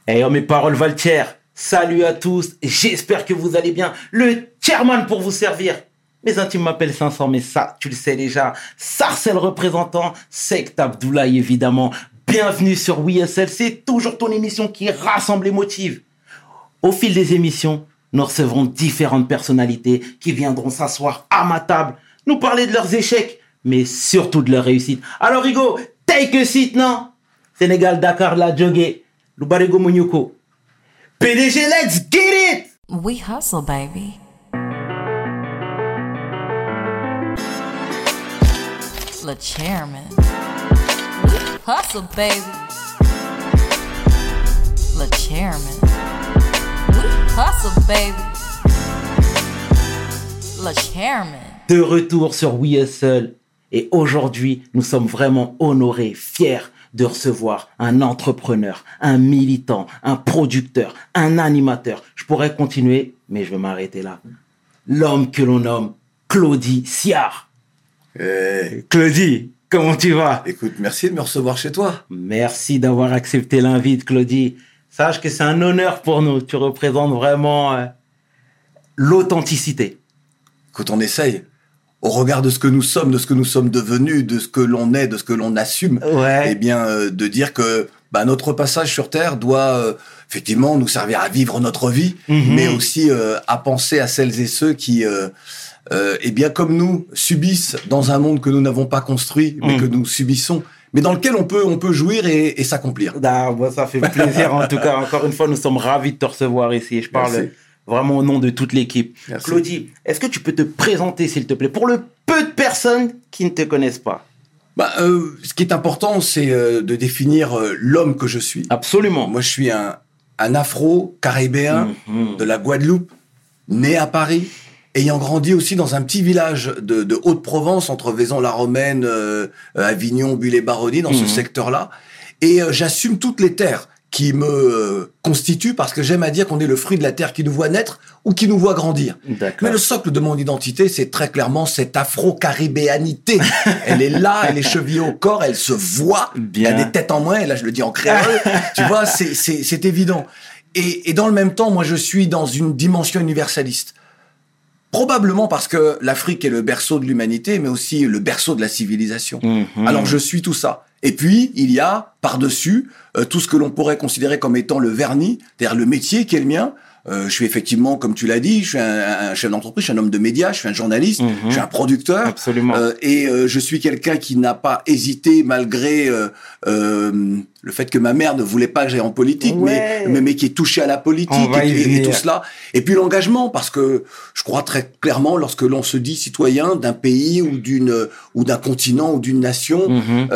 Eh oh, mes paroles valent. Salut à tous, j'espère que vous allez bien. Le chairman pour vous servir. Mes intimes m'appellent 500, mais ça, tu le sais déjà. Sarcel représentant, Sect Abdoulaye évidemment. Bienvenue sur WeSL, c'est toujours ton émission qui rassemble et motive. Au fil des émissions, nous recevrons différentes personnalités qui viendront s'asseoir à ma table, nous parler de leurs échecs, mais surtout de leurs réussites. Alors Rigo, take a seat, non? Sénégal, Dakar, la Djogé, Lubarego Mounyoko. PDG, let's get it! We hustle, baby. Le chairman. We hustle, baby. Le chairman. We hustle, baby. Le chairman. De retour sur WeSL. Et aujourd'hui, nous sommes vraiment honorés, fiers de recevoir un entrepreneur, un militant, un producteur, un animateur. Je pourrais continuer, mais je vais m'arrêter là. L'homme que l'on nomme Claudie Siard. Claudie, comment tu vas? Écoute, merci de me recevoir chez toi. Merci d'avoir accepté l'invite, Claudie. Sache que c'est un honneur pour nous. Tu représentes vraiment l'authenticité. Écoute, on essaye. Au regard de ce que nous sommes, de ce que nous sommes devenus, de ce que l'on est, de ce que l'on assume, ouais. Eh bien, de dire que notre passage sur Terre doit effectivement nous servir à vivre notre vie, mais aussi à penser à celles et ceux qui, eh bien, comme nous, subissent dans un monde que nous n'avons pas construit, mais que nous subissons, mais dans lequel on peut jouir et s'accomplir. Ah, bon, ça fait plaisir en tout cas. Encore une fois, nous sommes ravis de te recevoir ici. Je parle Merci. Vraiment au nom de toute l'équipe. Merci. Claudie, est-ce que tu peux te présenter, s'il te plaît, pour le peu de personnes qui ne te connaissent pas? Ce qui est important, c'est de définir l'homme que je suis. Absolument. Moi, je suis un afro-caribéen de la Guadeloupe, né à Paris, ayant grandi aussi dans un petit village de Haute-Provence, entre Vaison-la-Romaine, Avignon, Bulle-et-Baronnie, dans ce secteur-là. Et j'assume toutes les terres qui me constituent, parce que j'aime à dire qu'on est le fruit de la terre qui nous voit naître ou qui nous voit grandir. D'accord. Mais le socle de mon identité, c'est très clairement cette afro-caribéanité. Elle est là, elle est chevillée au corps, elle se voit. Bien. Elle a des têtes en moins, et là je le dis en créole. Tu vois, c'est évident. Et dans le même temps, moi je suis dans une dimension universaliste. Probablement parce que l'Afrique est le berceau de l'humanité, mais aussi le berceau de la civilisation. Alors je suis tout ça. Et puis, il y a, par-dessus, tout ce que l'on pourrait considérer comme étant le vernis, c'est-à-dire le métier qui est le mien. Je suis effectivement, comme tu l'as dit, je suis un chef d'entreprise, je suis un homme de médias, je suis un journaliste, je suis un producteur. Absolument. Et je suis quelqu'un qui n'a pas hésité, malgré le fait que ma mère ne voulait pas que j'aille en politique, mais qui est touché à la politique et tout cela. Et puis l'engagement, parce que je crois très clairement, lorsque l'on se dit citoyen d'un pays ou d'un continent ou d'une nation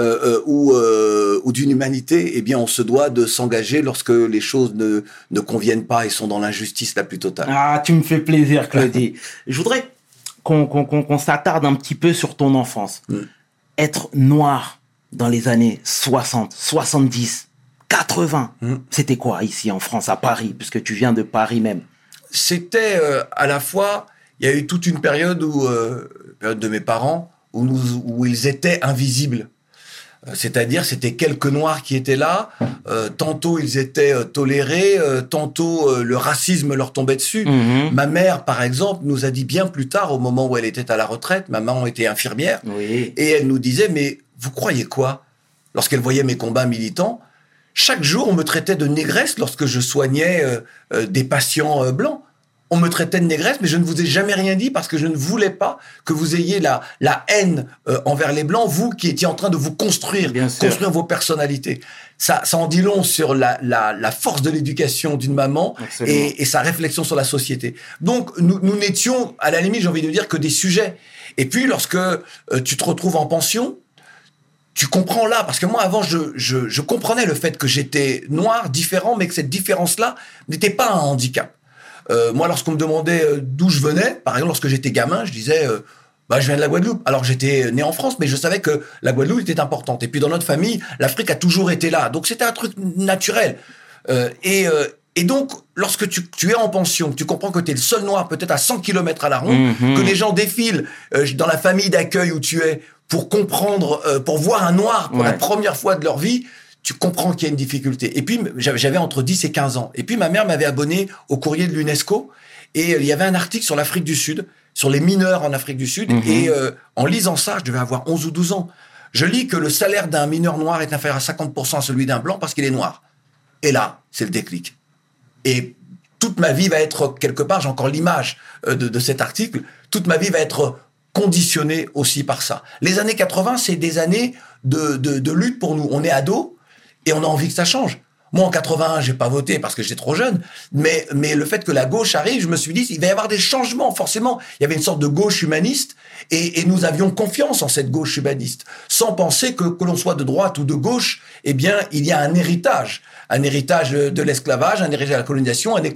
ou d'une humanité, eh bien on se doit de s'engager lorsque les choses ne conviennent pas et sont dans l'injustice la plus totale. Ah, tu me fais plaisir, Claudie. Je voudrais qu'on s'attarde un petit peu sur ton enfance. Être noir dans les années 60, 70, 80, c'était quoi ici en France, à Paris, puisque tu viens de Paris même? C'était à la fois, il y a eu toute une période période de mes parents, où ils étaient invisibles. C'est-à-dire, c'était quelques noirs qui étaient là. Tantôt, ils étaient tolérés. Tantôt, le racisme leur tombait dessus. Ma mère, par exemple, nous a dit bien plus tard, au moment où elle était à la retraite, ma maman était infirmière, et elle nous disait, mais vous croyez quoi? Lorsqu'elle voyait mes combats militants, chaque jour, on me traitait de négresse lorsque je soignais des patients blancs. On me traitait de négresse, mais je ne vous ai jamais rien dit parce que je ne voulais pas que vous ayez la haine envers les Blancs, vous qui étiez en train de vous construire vos personnalités. Ça en dit long sur la force de l'éducation d'une maman et sa réflexion sur la société. Donc, nous n'étions, à la limite, j'ai envie de dire, que des sujets. Et puis, lorsque tu te retrouves en pension, tu comprends là, parce que moi, avant, je comprenais le fait que j'étais noir, différent, mais que cette différence-là n'était pas un handicap. Moi, lorsqu'on me demandait d'où je venais, par exemple, lorsque j'étais gamin, je disais je viens de la Guadeloupe. Alors, j'étais né en France, mais je savais que la Guadeloupe était importante. Et puis, dans notre famille, l'Afrique a toujours été là. Donc, c'était un truc naturel. Et donc, lorsque tu es en pension, que tu comprends que tu es le seul noir, peut-être à 100 km à la ronde, que les gens défilent dans la famille d'accueil où tu es pour comprendre, pour voir un noir pour la première fois de leur vie, tu comprends qu'il y a une difficulté. Et puis, j'avais entre 10 et 15 ans. Et puis, ma mère m'avait abonné au courrier de l'UNESCO. Et il y avait un article sur l'Afrique du Sud, sur les mineurs en Afrique du Sud. Et en lisant ça, je devais avoir 11 ou 12 ans. Je lis que le salaire d'un mineur noir est inférieur à 50% à celui d'un blanc parce qu'il est noir. Et là, c'est le déclic. Et toute ma vie va être, quelque part, j'ai encore l'image de cet article, toute ma vie va être conditionnée aussi par ça. Les années 80, c'est des années de lutte pour nous. On est ados et on a envie que ça change. Moi, en 81, j'ai pas voté parce que j'étais trop jeune, mais le fait que la gauche arrive, je me suis dit, il va y avoir des changements, forcément. Il y avait une sorte de gauche humaniste, et nous avions confiance en cette gauche humaniste, sans penser que l'on soit de droite ou de gauche, eh bien, il y a un héritage de l'esclavage, un héritage de la colonisation, un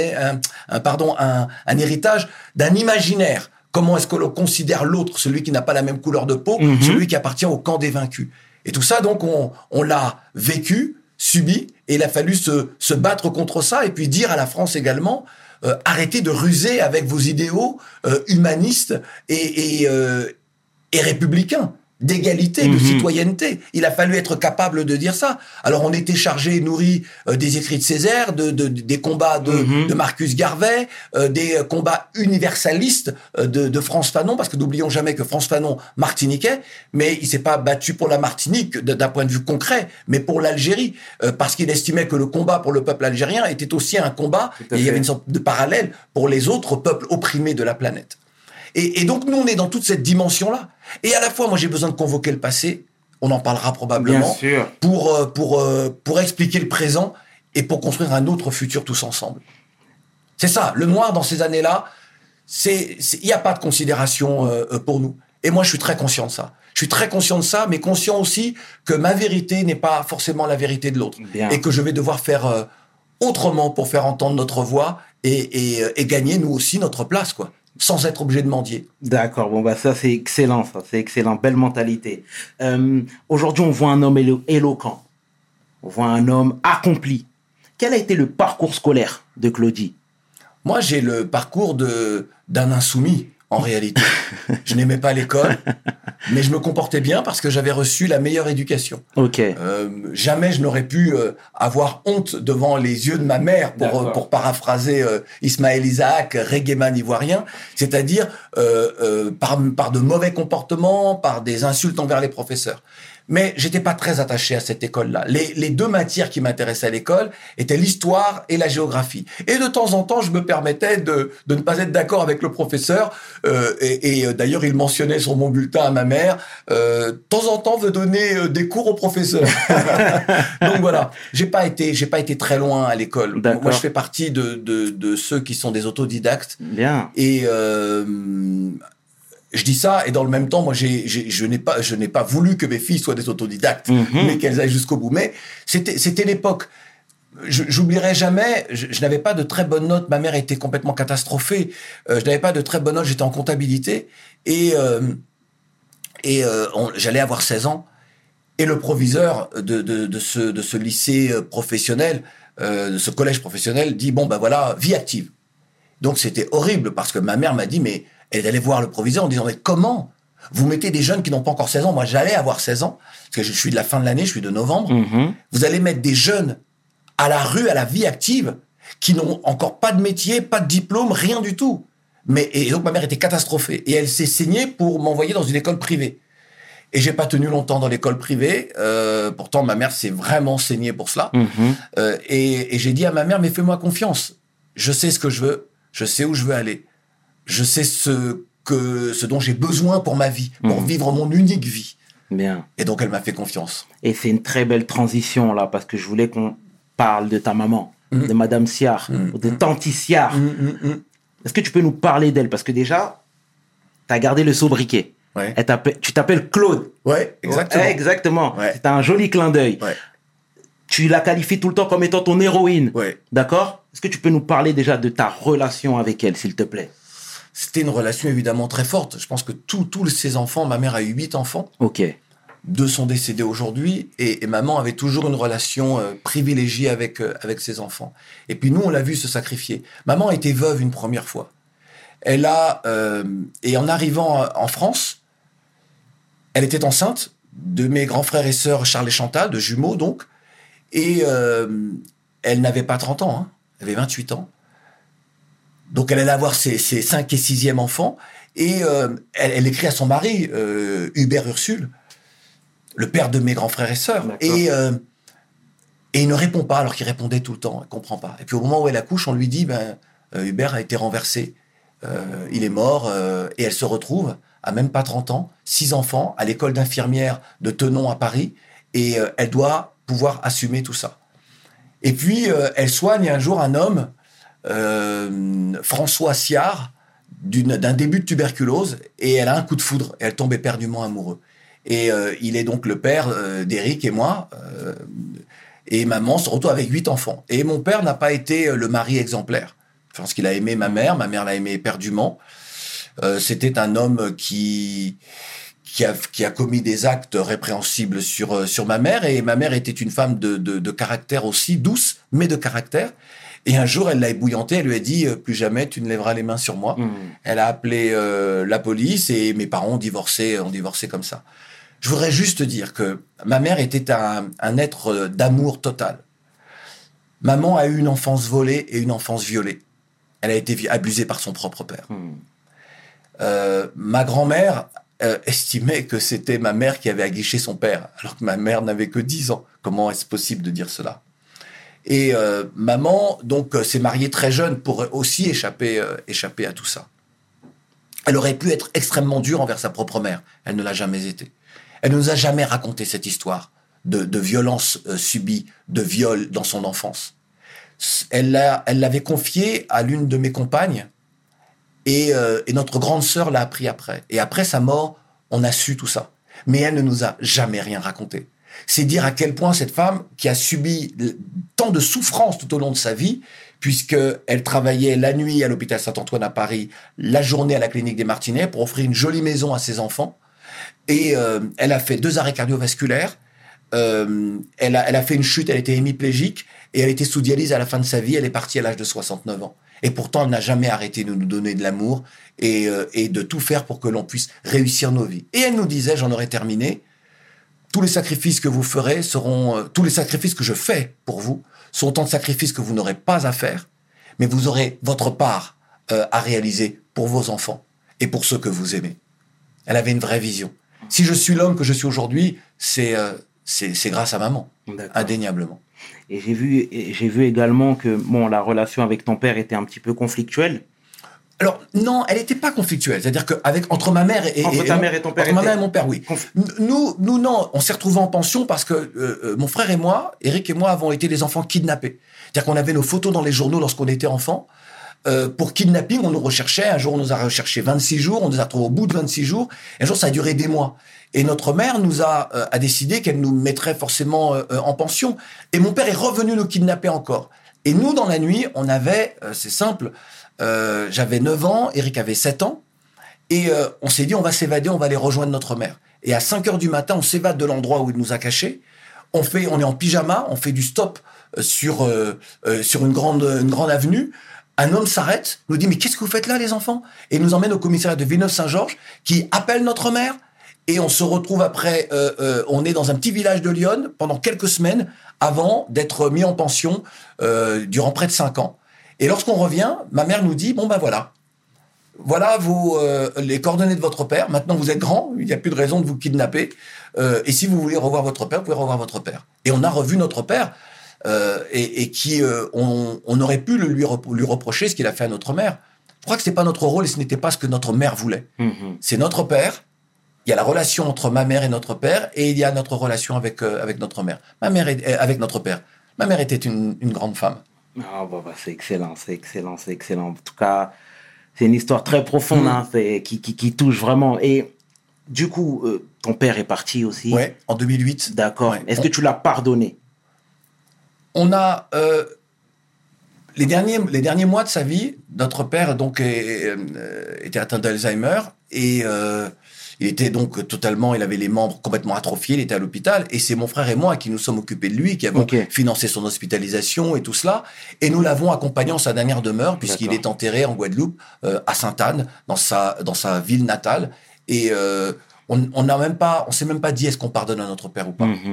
héritage d'un imaginaire. Comment est-ce que l'on considère l'autre, celui qui n'a pas la même couleur de peau, celui qui appartient au camp des vaincus. Et tout ça, donc, on l'a vécu, subi, et il a fallu se battre contre ça, et puis dire à la France également, arrêtez de ruser avec vos idéaux humanistes et républicains, d'égalité, de citoyenneté. Il a fallu être capable de dire ça. Alors on était chargé, nourri des écrits de Césaire, des combats de Marcus Garvey, des combats universalistes de Frantz Fanon, parce que n'oublions jamais que Frantz Fanon martiniquais, mais il s'est pas battu pour la Martinique d'un point de vue concret, mais pour l'Algérie, parce qu'il estimait que le combat pour le peuple algérien était aussi un combat, et il y avait une sorte de parallèle pour les autres peuples opprimés de la planète. Et donc, nous, on est dans toute cette dimension-là. Et à la fois, moi, j'ai besoin de convoquer le passé. On en parlera probablement. Bien sûr. Pour expliquer le présent et pour construire un autre futur tous ensemble. C'est ça. Le noir, dans ces années-là, il n'y a pas de considération pour nous. Et moi, je suis très conscient de ça. Je suis très conscient de ça, mais conscient aussi que ma vérité n'est pas forcément la vérité de l'autre. Bien. Et que je vais devoir faire autrement pour faire entendre notre voix et gagner, nous aussi, notre place, quoi. Sans être obligé de mendier. D'accord, bon bah ça c'est excellent, belle mentalité. Aujourd'hui on voit un homme éloquent, on voit un homme accompli. Quel a été le parcours scolaire de Claudie ? Moi j'ai le parcours d'un insoumis en réalité. Je n'aimais pas l'école, mais je me comportais bien parce que j'avais reçu la meilleure éducation. Ok. Jamais je n'aurais pu avoir honte devant les yeux de ma mère, pour paraphraser Ismaël Isaac, reggaeman ivoirien, c'est-à-dire par de mauvais comportements, par des insultes envers les professeurs. Mais j'étais pas très attaché à cette école-là. Les deux matières qui m'intéressaient à l'école étaient l'histoire et la géographie. Et de temps en temps, je me permettais de ne pas être d'accord avec le professeur. Et d'ailleurs, il mentionnait sur mon bulletin à ma mère, de temps en temps, veut donner des cours au professeur. Donc voilà, j'ai pas été très loin à l'école. Moi, je fais partie de ceux qui sont des autodidactes. Bien. Et je dis ça, et dans le même temps, moi, je n'ai pas voulu que mes filles soient des autodidactes, mais qu'elles aillent jusqu'au bout. Mais c'était l'époque. J'oublierai jamais, je n'avais pas de très bonnes notes. Ma mère était complètement catastrophée. Je n'avais pas de très bonnes notes. J'étais en comptabilité. Et j'allais avoir 16 ans. Et le proviseur de ce lycée professionnel, de ce collège professionnel, dit, bon, ben voilà, vie active. Donc, c'était horrible parce que ma mère m'a dit, mais elle est allée voir le proviseur en disant, mais comment vous mettez des jeunes qui n'ont pas encore 16 ans? Moi, j'allais avoir 16 ans, parce que je suis de la fin de l'année, je suis de novembre. Vous allez mettre des jeunes à la rue, à la vie active, qui n'ont encore pas de métier, pas de diplôme, rien du tout. Et donc, ma mère était catastrophée. Et elle s'est saignée pour m'envoyer dans une école privée. Et j'ai pas tenu longtemps dans l'école privée. Pourtant, ma mère s'est vraiment saignée pour cela. Et j'ai dit à ma mère, mais fais-moi confiance. Je sais ce que je veux. Je sais où je veux aller. Je sais ce dont j'ai besoin pour ma vie, pour vivre mon unique vie. Bien. Et donc, elle m'a fait confiance. Et c'est une très belle transition, là, parce que je voulais qu'on parle de ta maman, de Madame Siard, ou de Tanti Siard. Est-ce que tu peux nous parler d'elle? Parce que déjà, tu as gardé le sobriquet. Ouais. Tu t'appelles Claude. Ouais, exactement. Exactement. Ouais. C'est un joli clin d'œil. Ouais. Tu la qualifies tout le temps comme étant ton héroïne. Ouais. D'accord? Est-ce que tu peux nous parler déjà de ta relation avec elle, s'il te plaît? C'était une relation évidemment très forte. Je pense que tous ses enfants, ma mère a eu 8 enfants. Ok. 2 sont décédés aujourd'hui et maman avait toujours une relation privilégiée avec ses enfants. Et puis nous, on l'a vu se sacrifier. Maman a été veuve une première fois. Elle a et en arrivant en France, elle était enceinte de mes grands frères et sœurs Charles et Chantal, de jumeaux donc. Et elle n'avait pas 30 ans, hein. Elle avait 28 ans. Donc, elle allait avoir ses 5 et 6e enfants. Et elle écrit à son mari, Hubert Ursule, le père de mes grands frères et sœurs. Et il ne répond pas, alors qu'il répondait tout le temps. Elle ne comprend pas. Et puis, au moment où elle accouche, on lui dit, Hubert a été renversé. Il est mort. Et elle se retrouve, à même pas 30 ans, 6 enfants, à l'école d'infirmière de Tenon à Paris. Et elle doit pouvoir assumer tout ça. Et puis, elle soigne un jour un homme, François Siard, d'un début de tuberculose, et elle a un coup de foudre, et elle tombe éperdument amoureux. Et il est donc le père d'Éric et moi, et maman se retrouve avec 8 enfants. Et mon père n'a pas été le mari exemplaire. Je pense qu'il a aimé ma mère l'a aimé éperdument. C'était un homme qui a commis des actes répréhensibles sur ma mère, et ma mère était une femme de caractère aussi, douce, mais de caractère. Et un jour, elle l'a ébouillanté, elle lui a dit « Plus jamais tu ne lèveras les mains sur moi ». Elle a appelé la police, et mes parents ont divorcé comme ça. Je voudrais juste dire que ma mère était un être d'amour total. Maman a eu une enfance volée et une enfance violée. Elle a été abusée par son propre père. Ma grand-mère estimait que c'était ma mère qui avait aguiché son père, alors que ma mère n'avait que 10 ans. Comment est-ce possible de dire cela ? Et maman, donc, s'est mariée très jeune pour aussi échapper à tout ça. Elle aurait pu être extrêmement dure envers sa propre mère. Elle ne l'a jamais été. Elle ne nous a jamais raconté cette histoire de violence subie, de viol dans son enfance. Elle l'avait confiée à l'une de mes compagnes, et notre grande sœur l'a appris après. Et après sa mort, on a su tout ça. Mais elle ne nous a jamais rien raconté. C'est dire à quel point cette femme, qui a subi tant de souffrances tout au long de sa vie, puisqu'elle travaillait la nuit à l'hôpital Saint-Antoine à Paris, la journée à la clinique des Martinets, pour offrir une jolie maison à ses enfants. Et elle a fait 2 arrêts cardiovasculaires. Elle a fait une chute, elle était hémiplégique, et elle était sous dialyse à la fin de sa vie. Elle est partie à l'âge de 69 ans. Et pourtant, elle n'a jamais arrêté de nous donner de l'amour et de tout faire pour que l'on puisse réussir nos vies. Et elle nous disait, j'en aurais terminé, tous les sacrifices que vous ferez tous les sacrifices que je fais pour vous sont autant de sacrifices que vous n'aurez pas à faire, mais vous aurez votre part à réaliser pour vos enfants et pour ceux que vous aimez. Elle avait une vraie vision. Si je suis l'homme que je suis aujourd'hui, c'est grâce à maman, indéniablement. Et j'ai vu également que la relation avec ton père était un petit peu conflictuelle. Alors non, elle n'était pas conflictuelle. C'est-à-dire entre ma mère et ta mère et ton père, entre ma mère et mon père, oui. Nous non, on s'est retrouvés en pension parce que mon frère et moi, Éric et moi, avons été des enfants kidnappés. C'est-à-dire qu'on avait nos photos dans les journaux lorsqu'on était enfants. Pour kidnapping, on nous recherchait. Un jour, on nous a recherché 26 jours. On nous a retrouvés au bout de 26 jours. Et un jour, ça a duré des mois. Et notre mère a décidé qu'elle nous mettrait forcément en pension. Et mon père est revenu nous kidnapper encore. Et nous, dans la nuit, on avait, c'est simple, j'avais 9 ans, Éric avait 7 ans. Et on s'est dit, on va s'évader, on va aller rejoindre notre mère. Et à 5 heures du matin, on s'évade de l'endroit où il nous a cachés. On est en pyjama, on fait du stop sur une grande avenue. Un homme s'arrête, nous dit « Mais qu'est-ce que vous faites là, les enfants ?» Et il nous emmène au commissariat de Villeneuve-Saint-Georges, qui appelle notre mère. Et on se retrouve après, on est dans un petit village de Lyon pendant quelques semaines avant d'être mis en pension durant près de 5 ans. Et lorsqu'on revient, ma mère nous dit « Bon ben voilà les coordonnées de votre père. Maintenant vous êtes grand, il n'y a plus de raison de vous kidnapper. Et si vous voulez revoir votre père, vous pouvez revoir votre père. » Et on a revu notre père. On aurait pu lui reprocher ce qu'il a fait à notre mère. Je crois que c'est pas notre rôle et ce n'était pas ce que notre mère voulait. C'est notre père. Il y a la relation entre ma mère et notre père et il y a notre relation avec notre mère. Avec notre père. Ma mère était une grande femme. Ah c'est excellent. En tout cas, c'est une histoire très profonde, qui touche vraiment. Et du coup, ton père est parti aussi. Ouais, en 2008. D'accord. Ouais. Est-ce que tu l'as pardonné? On a les derniers mois de sa vie, notre père donc était atteint d'Alzheimer et il était donc il avait les membres complètement atrophiés, il était à l'hôpital et c'est mon frère et moi qui nous sommes occupés de lui, qui avons financé son hospitalisation et tout cela, et nous l'avons accompagné en sa dernière demeure puisqu'il est enterré en Guadeloupe à Sainte-Anne dans sa ville natale et on s'est même pas dit est-ce qu'on pardonne à notre père ou pas.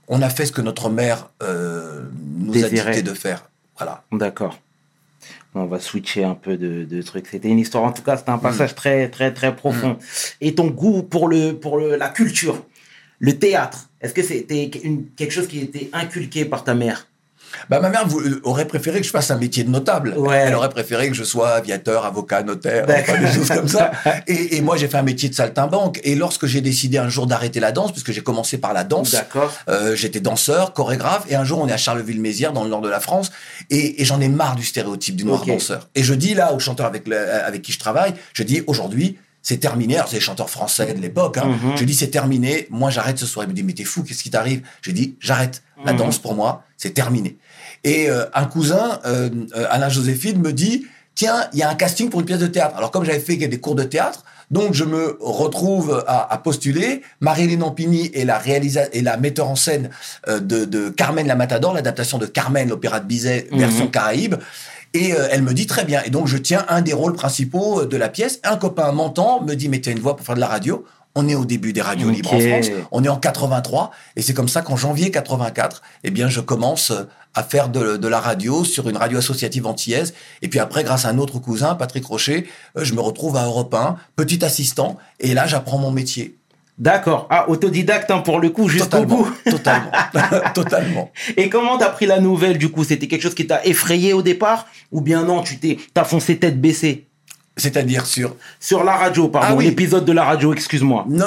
on a fait ce que notre mère nous Désirait. a dicté de faire. Voilà. D'accord. On va switcher un peu de trucs. C'était une histoire, en tout cas, c'était un passage très, très, très profond. Et ton goût pour la culture, le théâtre, est-ce que c'était quelque chose qui était inculqué par ta mère? Bah, ma mère aurait préféré que je fasse un métier de notable. Ouais. Elle aurait préféré que je sois aviateur, avocat, notaire, D'accord. enfin, des choses comme ça. Et moi, j'ai fait un métier de saltimbanque. Et lorsque j'ai décidé un jour d'arrêter la danse, puisque j'ai commencé par la danse, D'accord. j'étais danseur, chorégraphe, et un jour, on est à Charleville-Mézières, dans le nord de la France, et j'en ai marre du stéréotype du noir Ok. danseur. Et je dis là au chanteur avec qui je travaille, je dis aujourd'hui, c'est terminé. Alors, c'est les chanteurs français de l'époque. Hein. Je dis, c'est terminé. Moi, j'arrête ce soir. Il me dit, mais t'es fou, qu'est-ce qui t'arrive? Je dis, j'arrête. La danse, pour moi, c'est terminé. Et un cousin, Alain Joséphine, me dit, tiens, il y a un casting pour une pièce de théâtre. Alors, comme j'avais fait des cours de théâtre, donc je me retrouve à postuler. Marilyn Ampigny est la metteur en scène de Carmen la Matador, l'adaptation de Carmen, l'opéra de Bizet, version Caraïbe. Et elle me dit très bien. Et donc, je tiens un des rôles principaux de la pièce. Un copain m'entend, me dit, mais t'as une voix pour faire de la radio. On est au début des radios libres en France. On est en 83. Et c'est comme ça qu'en janvier 84, eh bien, je commence à faire de la radio sur une radio associative antillaise. Et puis après, grâce à un autre cousin, Patrick Rocher, je me retrouve à Europe 1, petit assistant. Et là, j'apprends mon métier. D'accord. Ah, autodidacte, hein, pour le coup, jusqu'au bout. Totalement. Totalement. Et comment t'as pris la nouvelle, du coup? C'était quelque chose qui t'a effrayé au départ? Ou bien non, t'as foncé tête baissée? C'est-à-dire Sur la radio, pardon. Ah oui. L'épisode de la radio, excuse-moi. Non,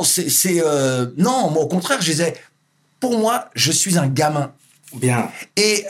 non, moi, au contraire, je disais, pour moi, je suis un gamin. Bien. Et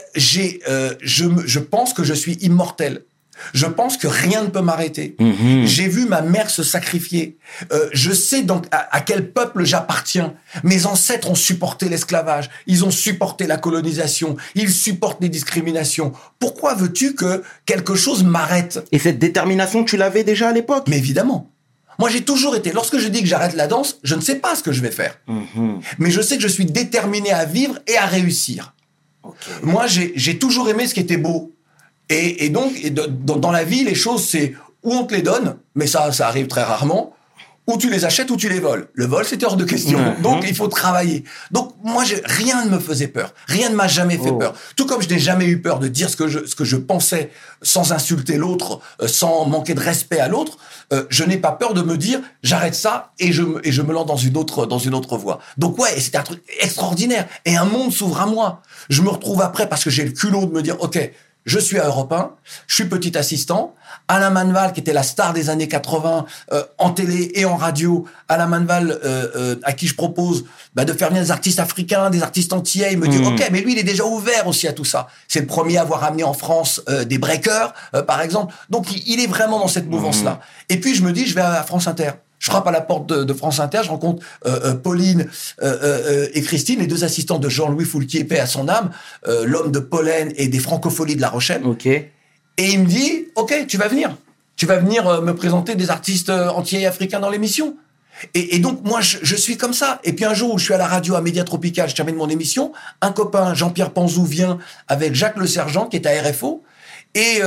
je pense que je suis immortel. Je pense que rien ne peut m'arrêter. J'ai vu ma mère se sacrifier. Je sais donc à quel peuple j'appartiens. Mes ancêtres ont supporté l'esclavage. Ils ont supporté la colonisation. Ils supportent les discriminations. Pourquoi veux-tu que quelque chose m'arrête? Et cette détermination, tu l'avais déjà à l'époque? Mais évidemment. Moi, j'ai toujours été... Lorsque je dis que j'arrête la danse, je ne sais pas ce que je vais faire. Mais je sais que je suis déterminé à vivre et à réussir. Okay. Moi, j'ai toujours aimé ce qui était beau. Et donc, dans la vie, les choses, c'est où on te les donne, mais ça arrive très rarement, ou tu les achètes ou tu les voles. Le vol, c'était hors de question. Donc, il faut travailler. Donc, moi, rien ne me faisait peur. Rien ne m'a jamais fait peur. Tout comme je n'ai jamais eu peur de dire ce que je pensais sans insulter l'autre, sans manquer de respect à l'autre, je n'ai pas peur de me dire, j'arrête ça et je me lance dans une autre voie. Donc, ouais, c'était un truc extraordinaire. Et un monde s'ouvre à moi. Je me retrouve après parce que j'ai le culot de me dire, OK, je suis à Europe 1, je suis petit assistant. Alain Manval, qui était la star des années 80 en télé et en radio, Alain Manval, à qui je propose de faire venir des artistes africains, des artistes antillais, il me dit OK, mais lui, il est déjà ouvert aussi à tout ça. C'est le premier à avoir amené en France des breakers, par exemple. Donc, il est vraiment dans cette mouvance-là. Et puis, je me dis, je vais à France Inter. Je frappe à la porte de France Inter, je rencontre Pauline et Christine, les deux assistants de Jean-Louis Foulquier, paix à son âme, l'homme de Pollen et des Francopholies de La Rochelle. Ok. Et il me dit, OK, tu vas venir. Tu vas venir me présenter des artistes antillais africains dans l'émission. Et donc, moi, je suis comme ça. Et puis un jour où je suis à la radio à Média Tropical, je termine mon émission, un copain, Jean-Pierre Panzou, vient avec Jacques Le Sergent, qui est à RFO. Et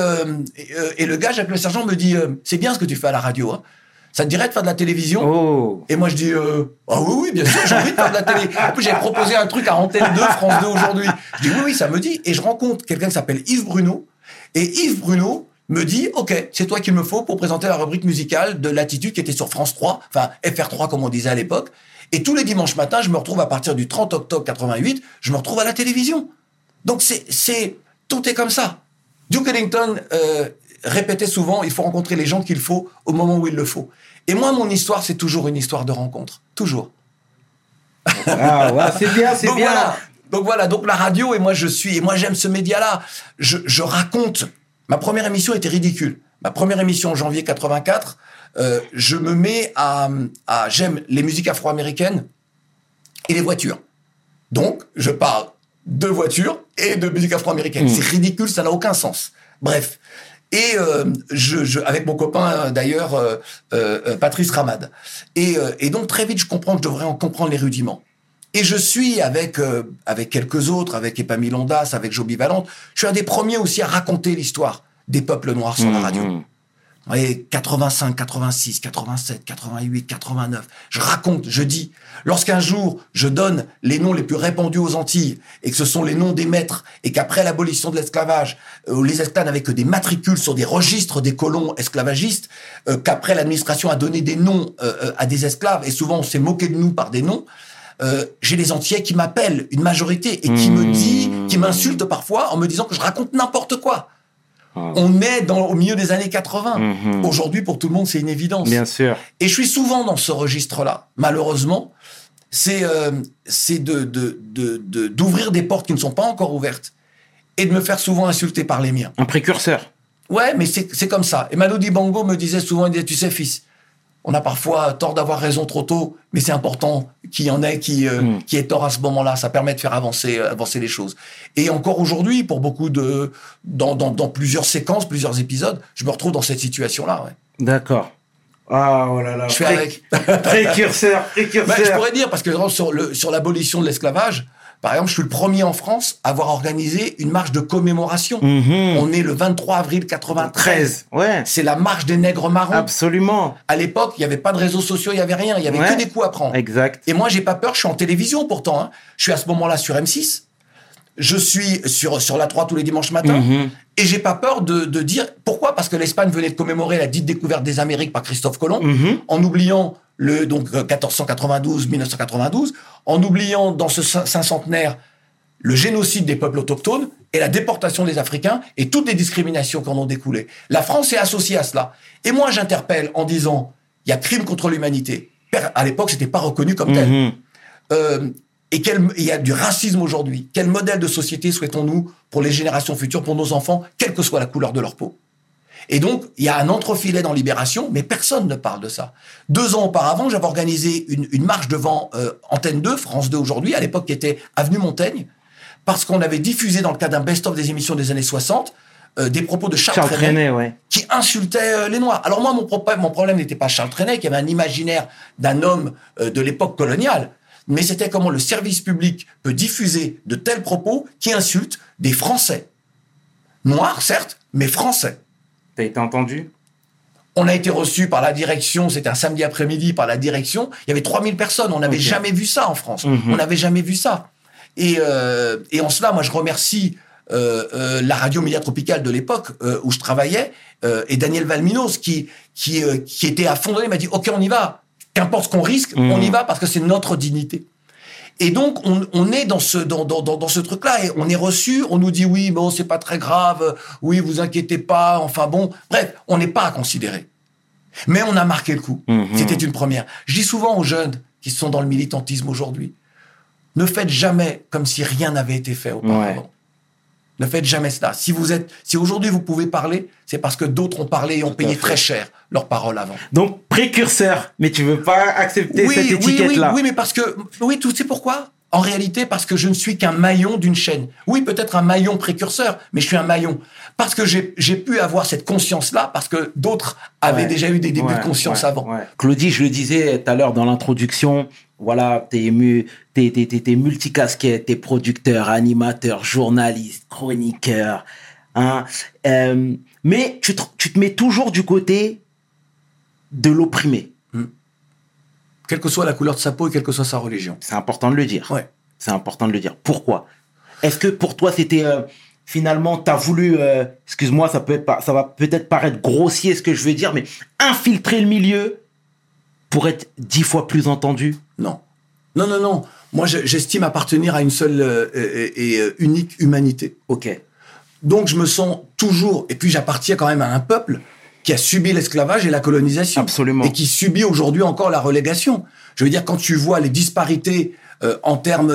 le gars, Jacques Le Sergent, me dit, c'est bien ce que tu fais à la radio, hein. Ça te dirait de faire de la télévision? Oh. Et moi, je dis, ah oui, bien sûr, j'ai envie de faire de la télé. En plus, j'ai proposé un truc à Antenne 2, France 2 aujourd'hui. Je dis, oui, ça me dit. Et je rencontre quelqu'un qui s'appelle Yves Bruno. Et Yves Bruno me dit, OK, c'est toi qu'il me faut pour présenter la rubrique musicale de Latitude qui était sur France 3, enfin FR3 comme on disait à l'époque. Et tous les dimanches matins, je me retrouve à partir du 30 octobre 88, je me retrouve à la télévision. Donc, tout est comme ça. Duke Ellington répétait souvent, il faut rencontrer les gens qu'il faut au moment où il le faut. Et moi, mon histoire, c'est toujours une histoire de rencontre. Toujours. Ah, ouais, c'est bien, c'est donc, bien. Voilà. Donc la radio, et moi j'aime ce média-là. Je raconte. Ma première émission était ridicule. Ma première émission en janvier 84, je me mets j'aime les musiques afro-américaines et les voitures. Donc, je parle de voitures et de musique afro-américaine. C'est ridicule, ça n'a aucun sens. Bref. Et avec mon copain d'ailleurs, Patrice Ramad. Et donc très vite, je comprends que je devrais en comprendre les rudiments. Et je suis avec quelques autres, avec Epamil Ondas, avec Joby Valente, je suis un des premiers aussi à raconter l'histoire des peuples noirs sur la radio. voyez, 85, 86, 87, 88, 89. Je raconte, je dis, lorsqu'un jour, je donne les noms les plus répandus aux Antilles, et que ce sont les noms des maîtres, et qu'après l'abolition de l'esclavage, les esclaves n'avaient que des matricules sur des registres des colons esclavagistes, qu'après l'administration a donné des noms à des esclaves, et souvent on s'est moqué de nous par des noms, j'ai les Antillais qui m'appellent, une majorité, et qui m'insultent parfois en me disant que je raconte n'importe quoi. On est au milieu des années 80. Aujourd'hui, pour tout le monde, c'est une évidence. Bien sûr. Et je suis souvent dans ce registre-là. Malheureusement, c'est d'ouvrir des portes qui ne sont pas encore ouvertes et de me faire souvent insulter par les miens. Un précurseur. Ouais, mais c'est comme ça. Et Manu Dibango me disait souvent, il disait, tu sais, fils, on a parfois tort d'avoir raison trop tôt, mais c'est important qu'il y en ait qui ait tort à ce moment-là. Ça permet de faire avancer les choses. Et encore aujourd'hui, pour beaucoup dans plusieurs séquences, plusieurs épisodes, je me retrouve dans cette situation-là. Ouais. D'accord. Ah, oh là là. Je fais avec. Précurseur. Ben, je pourrais dire, parce que sur l'abolition de l'esclavage, par exemple, je suis le premier en France à avoir organisé une marche de commémoration. On est le 23 avril 93. Ouais. C'est la marche des nègres marrons. Absolument. À l'époque, il n'y avait pas de réseaux sociaux, il n'y avait rien. Il n'y avait que des coups à prendre. Exact. Et moi, j'ai pas peur. Je suis en télévision pourtant. Hein. Je suis à ce moment-là sur M6. Je suis sur la 3 tous les dimanches matins. Et j'ai pas peur de dire... Pourquoi ? Parce que l'Espagne venait de commémorer la dite découverte des Amériques par Christophe Colomb, en oubliant donc 1492-1992, en oubliant dans ce cinquantenaire le génocide des peuples autochtones et la déportation des Africains et toutes les discriminations qui en ont découlé. La France est associée à cela. Et moi, j'interpelle en disant, il y a crime contre l'humanité. À l'époque, c'était pas reconnu comme tel. Et il y a du racisme aujourd'hui. Quel modèle de société souhaitons-nous pour les générations futures, pour nos enfants, quelle que soit la couleur de leur peau ? Et donc, il y a un entrefilet dans Libération, mais personne ne parle de ça. 2 ans auparavant, j'avais organisé une marche devant Antenne 2, France 2 aujourd'hui, à l'époque qui était Avenue Montaigne, parce qu'on avait diffusé dans le cadre d'un best-of des émissions des années 60, des propos de Charles Trenet, qui insultaient les Noirs. Alors moi, mon problème n'était pas Charles Trenet, qui avait un imaginaire d'un homme de l'époque coloniale, mais c'était comment le service public peut diffuser de tels propos qui insultent des Français. Noirs, certes, mais Français. T'as été entendu ? On a été reçu par la direction, c'était un samedi après-midi, par la direction. Il y avait 3000 personnes. On n'avait jamais vu ça en France. On n'avait jamais vu ça. Et en cela, moi, je remercie la radio Média Tropicale de l'époque où je travaillais et Daniel Valminos qui était à fond. Il m'a dit « Ok, on y va. Qu'importe ce qu'on risque, on y va parce que c'est notre dignité. » Et donc, on est dans ce truc-là et on est reçu, on nous dit oui, bon, c'est pas très grave, oui, vous inquiétez pas, enfin bon. Bref, on n'est pas à considérer. Mais on a marqué le coup. C'était une première. Je dis souvent aux jeunes qui sont dans le militantisme aujourd'hui, ne faites jamais comme si rien n'avait été fait auparavant. Ne faites jamais cela. Si aujourd'hui vous pouvez parler, c'est parce que d'autres ont parlé et ont payé très cher leurs paroles avant. Donc, précurseur, mais tu veux pas accepter cette étiquette-là. Oui, mais parce que, tu sais pourquoi ? En réalité, parce que je ne suis qu'un maillon d'une chaîne. Oui, peut-être un maillon précurseur, mais je suis un maillon. Parce que j'ai pu avoir cette conscience-là, parce que d'autres avaient déjà eu des débuts de conscience avant. Claudie, je le disais tout à l'heure dans l'introduction, voilà, t'es multicasquette, t'es producteur, animateur, journaliste, chroniqueur, hein. Mais tu te mets toujours du côté de l'opprimé. Quelle que soit la couleur de sa peau et quelle que soit sa religion. C'est important de le dire. Ouais. C'est important de le dire. Pourquoi ? Est-ce que pour toi, c'était... finalement, t'as voulu... excuse-moi, ça va peut-être paraître grossier ce que je veux dire, mais infiltrer le milieu pour être 10 fois plus entendu ? Non. Moi, j'estime appartenir à une seule et unique humanité. Ok. Donc, je me sens toujours... Et puis, j'appartiens quand même à un peuple qui a subi l'esclavage et la colonisation. Absolument. Et qui subit aujourd'hui encore la relégation. Je veux dire, quand tu vois les disparités en termes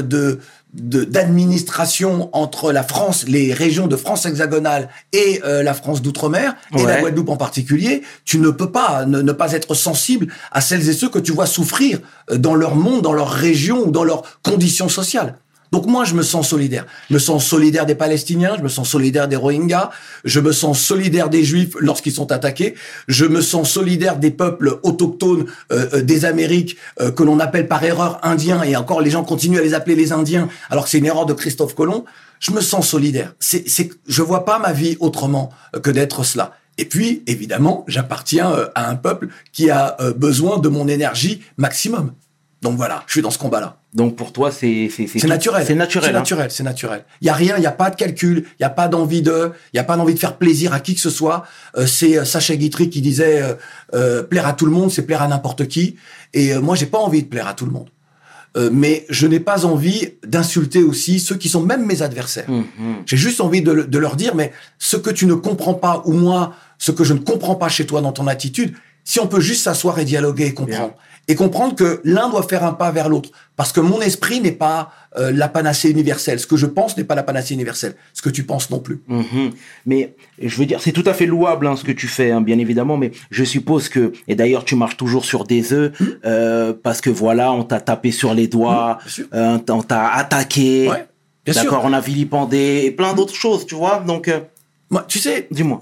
d'administration entre la France, les régions de France hexagonale et la France d'outre-mer, et la Guadeloupe en particulier, tu ne peux pas ne pas être sensible à celles et ceux que tu vois souffrir dans leur monde, dans leur région ou dans leurs conditions sociales. Donc moi, je me sens solidaire. Je me sens solidaire des Palestiniens, je me sens solidaire des Rohingyas, je me sens solidaire des Juifs lorsqu'ils sont attaqués, je me sens solidaire des peuples autochtones des Amériques que l'on appelle par erreur Indiens, et encore les gens continuent à les appeler les Indiens alors que c'est une erreur de Christophe Colomb. Je me sens solidaire. Je vois pas ma vie autrement que d'être cela. Et puis, évidemment, j'appartiens à un peuple qui a besoin de mon énergie maximum. Donc voilà, je suis dans ce combat-là. Donc pour toi, c'est naturel. C'est naturel. C'est naturel. Il y a rien, il y a pas de calcul, il y a pas d'envie de faire plaisir à qui que ce soit. C'est Sacha Guitry qui disait plaire à tout le monde, c'est plaire à n'importe qui. Et moi, j'ai pas envie de plaire à tout le monde. Mais je n'ai pas envie d'insulter aussi ceux qui sont même mes adversaires. J'ai juste envie de leur dire, mais ce que tu ne comprends pas, ou moi, ce que je ne comprends pas chez toi dans ton attitude, si on peut juste s'asseoir et dialoguer et comprendre. Bien. Et comprendre que l'un doit faire un pas vers l'autre. Parce que mon esprit n'est pas la panacée universelle. Ce que je pense n'est pas la panacée universelle. Ce que tu penses non plus. Mais je veux dire, c'est tout à fait louable ce que tu fais, bien évidemment. Mais je suppose que, et d'ailleurs tu marches toujours sur des œufs, parce que voilà, on t'a tapé sur les doigts, on t'a attaqué, ouais, bien d'accord, sûr. on a vilipendé, et plein d'autres choses, tu vois. Donc, moi, tu sais, dis-moi.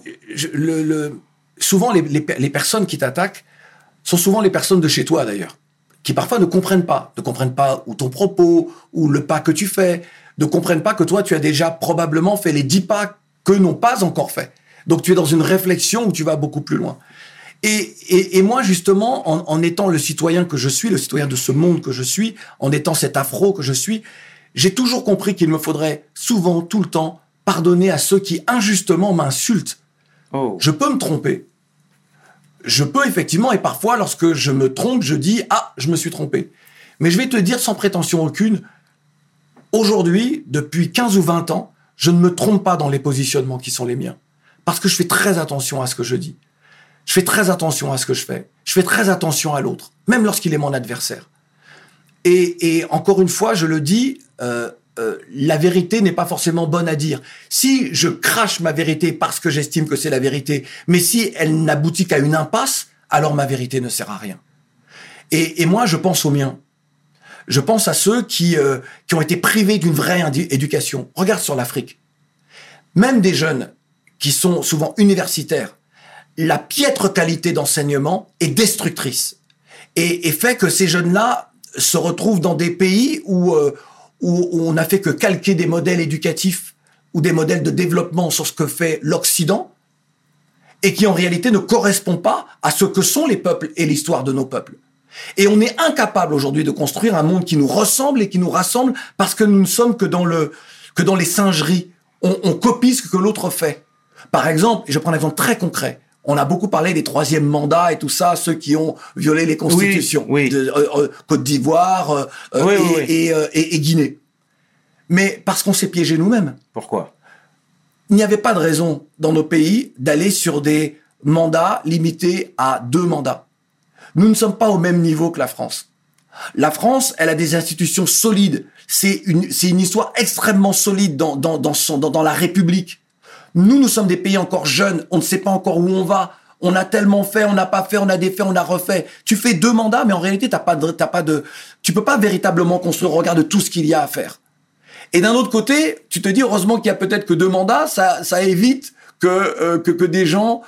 Souvent les personnes qui t'attaquent sont souvent les personnes de chez toi, d'ailleurs, qui parfois ne comprennent pas ou ton propos, ou le pas que tu fais, ne comprennent pas que toi, tu as déjà probablement fait les 10 pas qu'eux n'ont pas encore fait. Donc, tu es dans une réflexion où tu vas beaucoup plus loin. Et moi, justement, en étant le citoyen que je suis, le citoyen de ce monde que je suis, en étant cet afro que je suis, j'ai toujours compris qu'il me faudrait souvent, tout le temps, pardonner à ceux qui, injustement, m'insultent. Oh. Je peux me tromper. Je peux effectivement, et parfois, lorsque je me trompe, je dis « Ah, je me suis trompé ». Mais je vais te dire sans prétention aucune, aujourd'hui, depuis 15 ou 20 ans, je ne me trompe pas dans les positionnements qui sont les miens. Parce que je fais très attention à ce que je dis. Je fais très attention à ce que je fais. Je fais très attention à l'autre, même lorsqu'il est mon adversaire. Et encore une fois, je le dis, la vérité n'est pas forcément bonne à dire. Si je crache ma vérité parce que j'estime que c'est la vérité, mais si elle n'aboutit qu'à une impasse, alors ma vérité ne sert à rien. Et moi, je pense aux miens. Je pense à ceux qui ont été privés d'une vraie éducation. Regarde sur l'Afrique. Même des jeunes qui sont souvent universitaires, la piètre qualité d'enseignement est destructrice. Et fait que ces jeunes-là se retrouvent dans des pays où on n'a fait que calquer des modèles éducatifs ou des modèles de développement sur ce que fait l'Occident, et qui en réalité ne correspond pas à ce que sont les peuples et l'histoire de nos peuples. Et on est incapable aujourd'hui de construire un monde qui nous ressemble et qui nous rassemble, parce que nous ne sommes que dans les singeries. On copie ce que l'autre fait. Par exemple, je prends un exemple très concret. On a beaucoup parlé des troisièmes mandats et tout ça, ceux qui ont violé les constitutions. Oui. De Côte d'Ivoire et Guinée. Mais parce qu'on s'est piégé nous-mêmes. Pourquoi ? Il n'y avait pas de raison dans nos pays d'aller sur des mandats limités à 2 mandats. Nous ne sommes pas au même niveau que la France. La France, elle a des institutions solides. C'est une histoire extrêmement solide dans la République. Nous sommes des pays encore jeunes, on ne sait pas encore où on va. On a tellement fait, on n'a pas fait, on a défait, on a refait. Tu fais 2 mandats, mais en réalité, tu peux pas véritablement construire au regard de tout ce qu'il y a à faire. Et d'un autre côté, tu te dis, heureusement qu'il y a peut-être que 2 mandats, ça évite que des gens,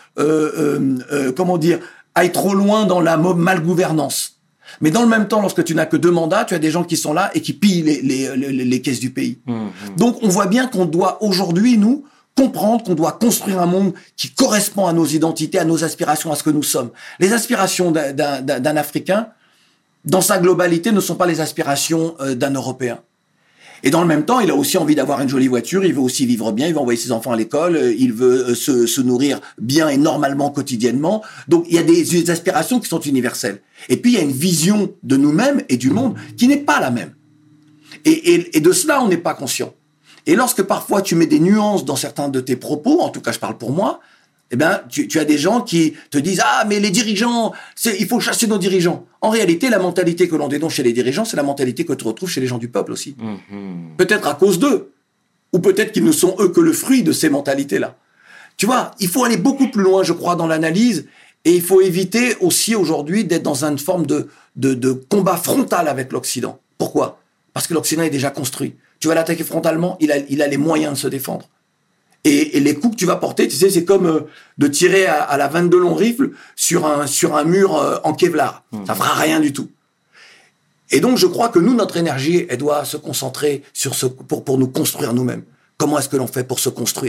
aillent trop loin dans la malgouvernance. Mais dans le même temps, lorsque tu n'as que 2 mandats, tu as des gens qui sont là et qui pillent les caisses du pays. Donc, on voit bien qu'on doit aujourd'hui, nous, comprendre qu'on doit construire un monde qui correspond à nos identités, à nos aspirations, à ce que nous sommes. Les aspirations d'un Africain, dans sa globalité, ne sont pas les aspirations d'un Européen. Et dans le même temps, il a aussi envie d'avoir une jolie voiture, il veut aussi vivre bien, il veut envoyer ses enfants à l'école, il veut se nourrir bien et normalement quotidiennement. Donc, il y a des aspirations qui sont universelles. Et puis, il y a une vision de nous-mêmes et du monde qui n'est pas la même. Et de cela, on n'est pas conscient. Et lorsque parfois tu mets des nuances dans certains de tes propos, en tout cas je parle pour moi, eh ben tu as des gens qui te disent « Ah, mais les dirigeants, il faut chasser nos dirigeants ». En réalité, la mentalité que l'on dénonce chez les dirigeants, c'est la mentalité que tu retrouves chez les gens du peuple aussi. Peut-être à cause d'eux, ou peut-être qu'ils ne sont eux que le fruit de ces mentalités-là. Tu vois, il faut aller beaucoup plus loin, je crois, dans l'analyse, et il faut éviter aussi aujourd'hui d'être dans une forme de combat frontal avec l'Occident. Pourquoi ? Parce que l'Occident est déjà construit. Tu vas l'attaquer frontalement, il a les moyens de se défendre. Et les coups que tu vas porter, tu sais, c'est comme de tirer à la 22 long rifle sur un mur en Kevlar. Ça fera rien du tout. Et donc, je crois que nous, notre énergie, elle doit se concentrer sur pour nous construire nous-mêmes. Comment est-ce que l'on fait pour se construire ?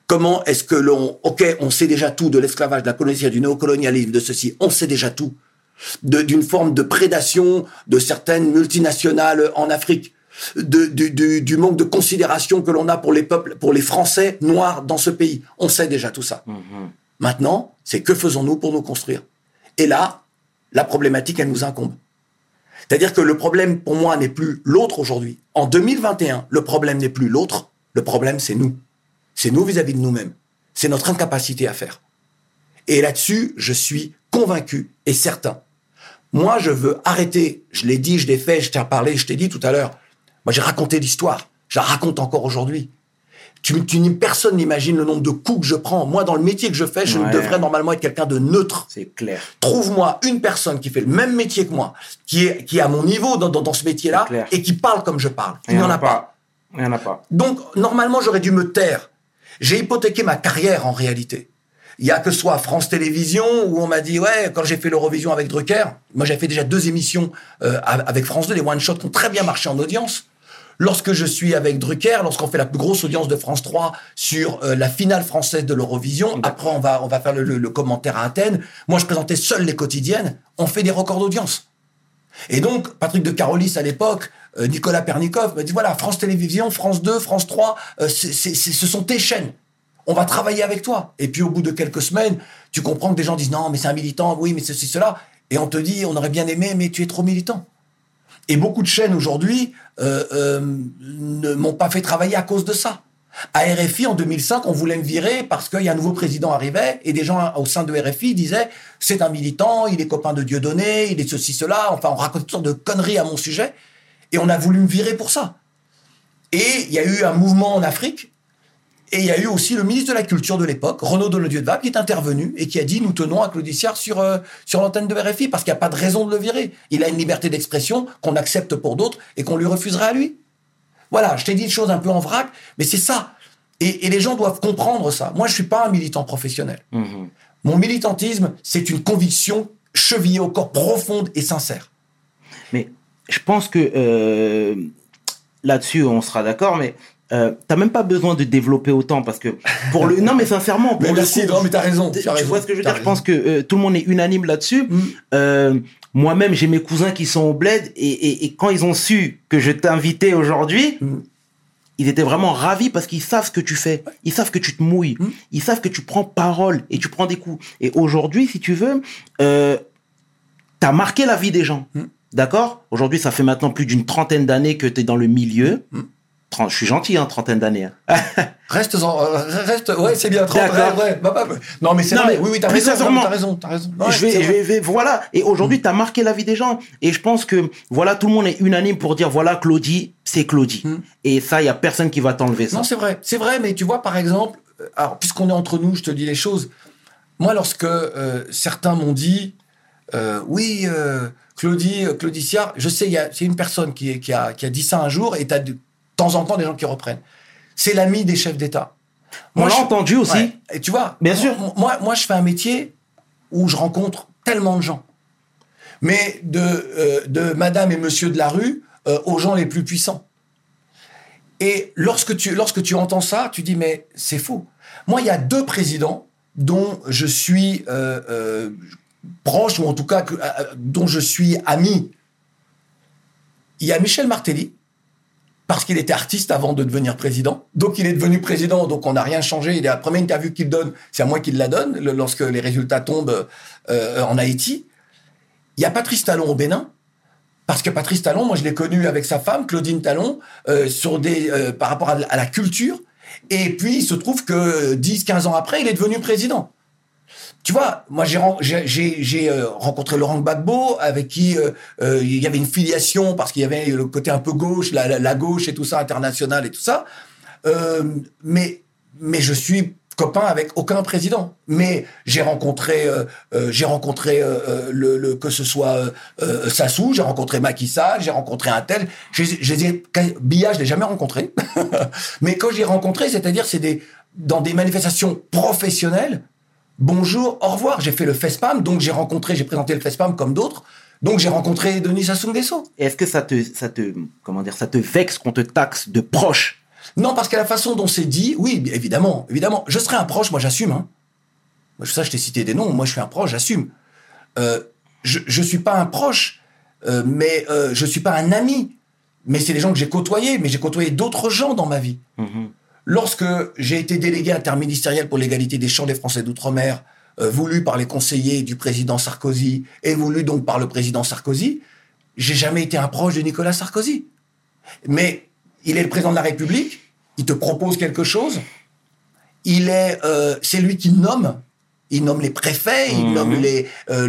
Comment est-ce que on sait déjà tout de l'esclavage, de la colonisation, du néocolonialisme, de ceci, on sait déjà tout. D'une forme de prédation de certaines multinationales en Afrique, du manque de considération que l'on a pour les peuples, pour les Français noirs dans ce pays. On sait déjà tout ça. Maintenant, c'est que faisons-nous pour nous construire? Et là, la problématique, elle nous incombe. C'est-à-dire que le problème, pour moi, n'est plus l'autre aujourd'hui. En 2021, le problème n'est plus l'autre, le problème, c'est nous. C'est nous vis-à-vis de nous-mêmes. C'est notre incapacité à faire. Et là-dessus, je suis convaincu et certain. Moi, je veux arrêter, je l'ai dit, je l'ai fait, je t'ai parlé, je t'ai dit tout à l'heure. Moi, j'ai raconté l'histoire. Je la raconte encore aujourd'hui. Personne n'imagine le nombre de coups que je prends. Moi, dans le métier que je fais, je devrais normalement être quelqu'un de neutre. C'est clair. Trouve-moi une personne qui fait le même métier que moi, qui est à mon niveau dans ce métier-là, et qui parle comme je parle. Il n'y en a pas. Il n'y en a pas. Donc, normalement, j'aurais dû me taire. J'ai hypothéqué ma carrière, en réalité. Il y a que ce soit France Télévisions, où on m'a dit, ouais, quand j'ai fait l'Eurovision avec Drucker, moi, j'avais fait déjà 2 émissions avec France 2, des one-shots qui ont très bien marché en audience. Lorsque je suis avec Drucker, lorsqu'on fait la plus grosse audience de France 3 sur la finale française de l'Eurovision, après, on va faire le commentaire à Athènes. Moi, je présentais seul les quotidiennes. On fait des records d'audience. Et donc, Patrick de Carolis, à l'époque, Nicolas Pernikov m'a dit, voilà, France Télévisions, France 2, France 3, ce sont tes chaînes. On va travailler avec toi. Et puis, au bout de quelques semaines, tu comprends que des gens disent, non, mais c'est un militant, oui, mais ceci, cela. Et on te dit, on aurait bien aimé, mais tu es trop militant. Et beaucoup de chaînes, aujourd'hui, ne m'ont pas fait travailler à cause de ça. À RFI, en 2005, on voulait me virer parce qu'il y a un nouveau président arrivait et des gens au sein de RFI disaient « c'est un militant, il est copain de Dieudonné, il est ceci, cela ». Enfin, on raconte toutes sortes de conneries à mon sujet et on a voulu me virer pour ça. Et il y a eu un mouvement en Afrique et il y a eu aussi le ministre de la Culture de l'époque, Renaud Donadieu-de-Vabre, qui est intervenu et qui a dit « nous tenons à Claude Siard sur l'antenne de RFI parce qu'il n'y a pas de raison de le virer. Il a une liberté d'expression qu'on accepte pour d'autres et qu'on lui refuserait à lui ». Voilà, je t'ai dit une chose un peu en vrac, mais c'est ça. Et les gens doivent comprendre ça. Moi, je suis pas un militant professionnel. Mon militantisme, c'est une conviction chevillée au corps, profonde et sincère. Mais je pense que là-dessus, on sera d'accord, mais t'as même pas besoin de développer autant parce que pour le non mais sincèrement pour merci, non mais t'as raison. Tu vois ce que je veux dire? Je pense que tout le monde est unanime là-dessus. Moi-même, j'ai mes cousins qui sont au bled et quand ils ont su que je t'invitais aujourd'hui, ils étaient vraiment ravis parce qu'ils savent ce que tu fais. Ils savent que tu te mouilles. Ils savent que tu prends parole et tu prends des coups. Et aujourd'hui, si tu veux, t'as marqué la vie des gens. D'accord? Aujourd'hui, ça fait maintenant plus d'une 30aine d'années que t'es dans le milieu. Je suis gentil, hein, 30aine d'années. Hein. Reste, ouais, c'est bien, 30, ouais. Non, mais c'est vrai, oui, t'as raison. Non, voilà. Et aujourd'hui, t'as marqué la vie des gens. Et je pense que, voilà, tout le monde est unanime pour dire, voilà, Claudie, c'est Claudie. Et ça, il y a personne qui va t'enlever ça. Non, c'est vrai, mais tu vois, par exemple, alors, puisqu'on est entre nous, je te dis les choses. Moi, lorsque certains m'ont dit, oui, Claudie Siard, je sais, c'est une personne qui a dit ça un jour, et t'as de temps en temps des gens qui reprennent. C'est l'ami des chefs d'État. On l'a entendu aussi. Ouais. Et tu vois, bien sûr. Moi, je fais un métier où je rencontre tellement de gens. Mais de madame et monsieur de la rue aux gens les plus puissants. Et lorsque tu entends ça, tu dis, mais c'est faux. Moi, il y a 2 présidents dont je suis proche, ou en tout cas dont je suis ami. Il y a Michel Martelly, parce qu'il était artiste avant de devenir président. Donc, il est devenu président, donc on n'a rien changé. La première interview qu'il donne, c'est à moi qu'il la donne, lorsque les résultats tombent en Haïti. Il y a Patrice Talon au Bénin, parce que Patrice Talon, moi, je l'ai connu avec sa femme, Claudine Talon, par rapport à la culture. Et puis, il se trouve que 10-15 ans après, il est devenu président. Tu vois, moi, j'ai rencontré Laurent Gbagbo, avec qui il y avait une filiation, parce qu'il y avait le côté un peu gauche, la gauche et tout ça, international et tout ça. Mais je suis copain avec aucun président. Mais j'ai rencontré que ce soit Sassou, j'ai rencontré Macky Sall, j'ai rencontré un tel. Biya, je l'ai jamais rencontré. Mais quand j'ai rencontré, c'est-à-dire, dans des manifestations professionnelles. Bonjour, au revoir. J'ai fait le FESPAM, donc j'ai présenté le FESPAM comme d'autres. Donc j'ai rencontré Denis Sassou Nguesso. Est-ce que ça te vexe qu'on te taxe de proche Non, parce que la façon dont c'est dit, oui, évidemment. Je serais un proche, moi j'assume. Hein. Moi, ça, je t'ai cité des noms, moi je suis un proche, j'assume. Je suis pas un proche, mais je suis pas un ami. Mais c'est des gens que j'ai côtoyés, mais j'ai côtoyé d'autres gens dans ma vie. Lorsque j'ai été délégué interministériel pour l'égalité des chances des Français d'outre-mer, voulu par les conseillers du président Sarkozy et voulu donc par le président Sarkozy, j'ai jamais été un proche de Nicolas Sarkozy. Mais il est le président de la République, il te propose quelque chose, c'est lui qui nomme. Il nomme les préfets, il nomme les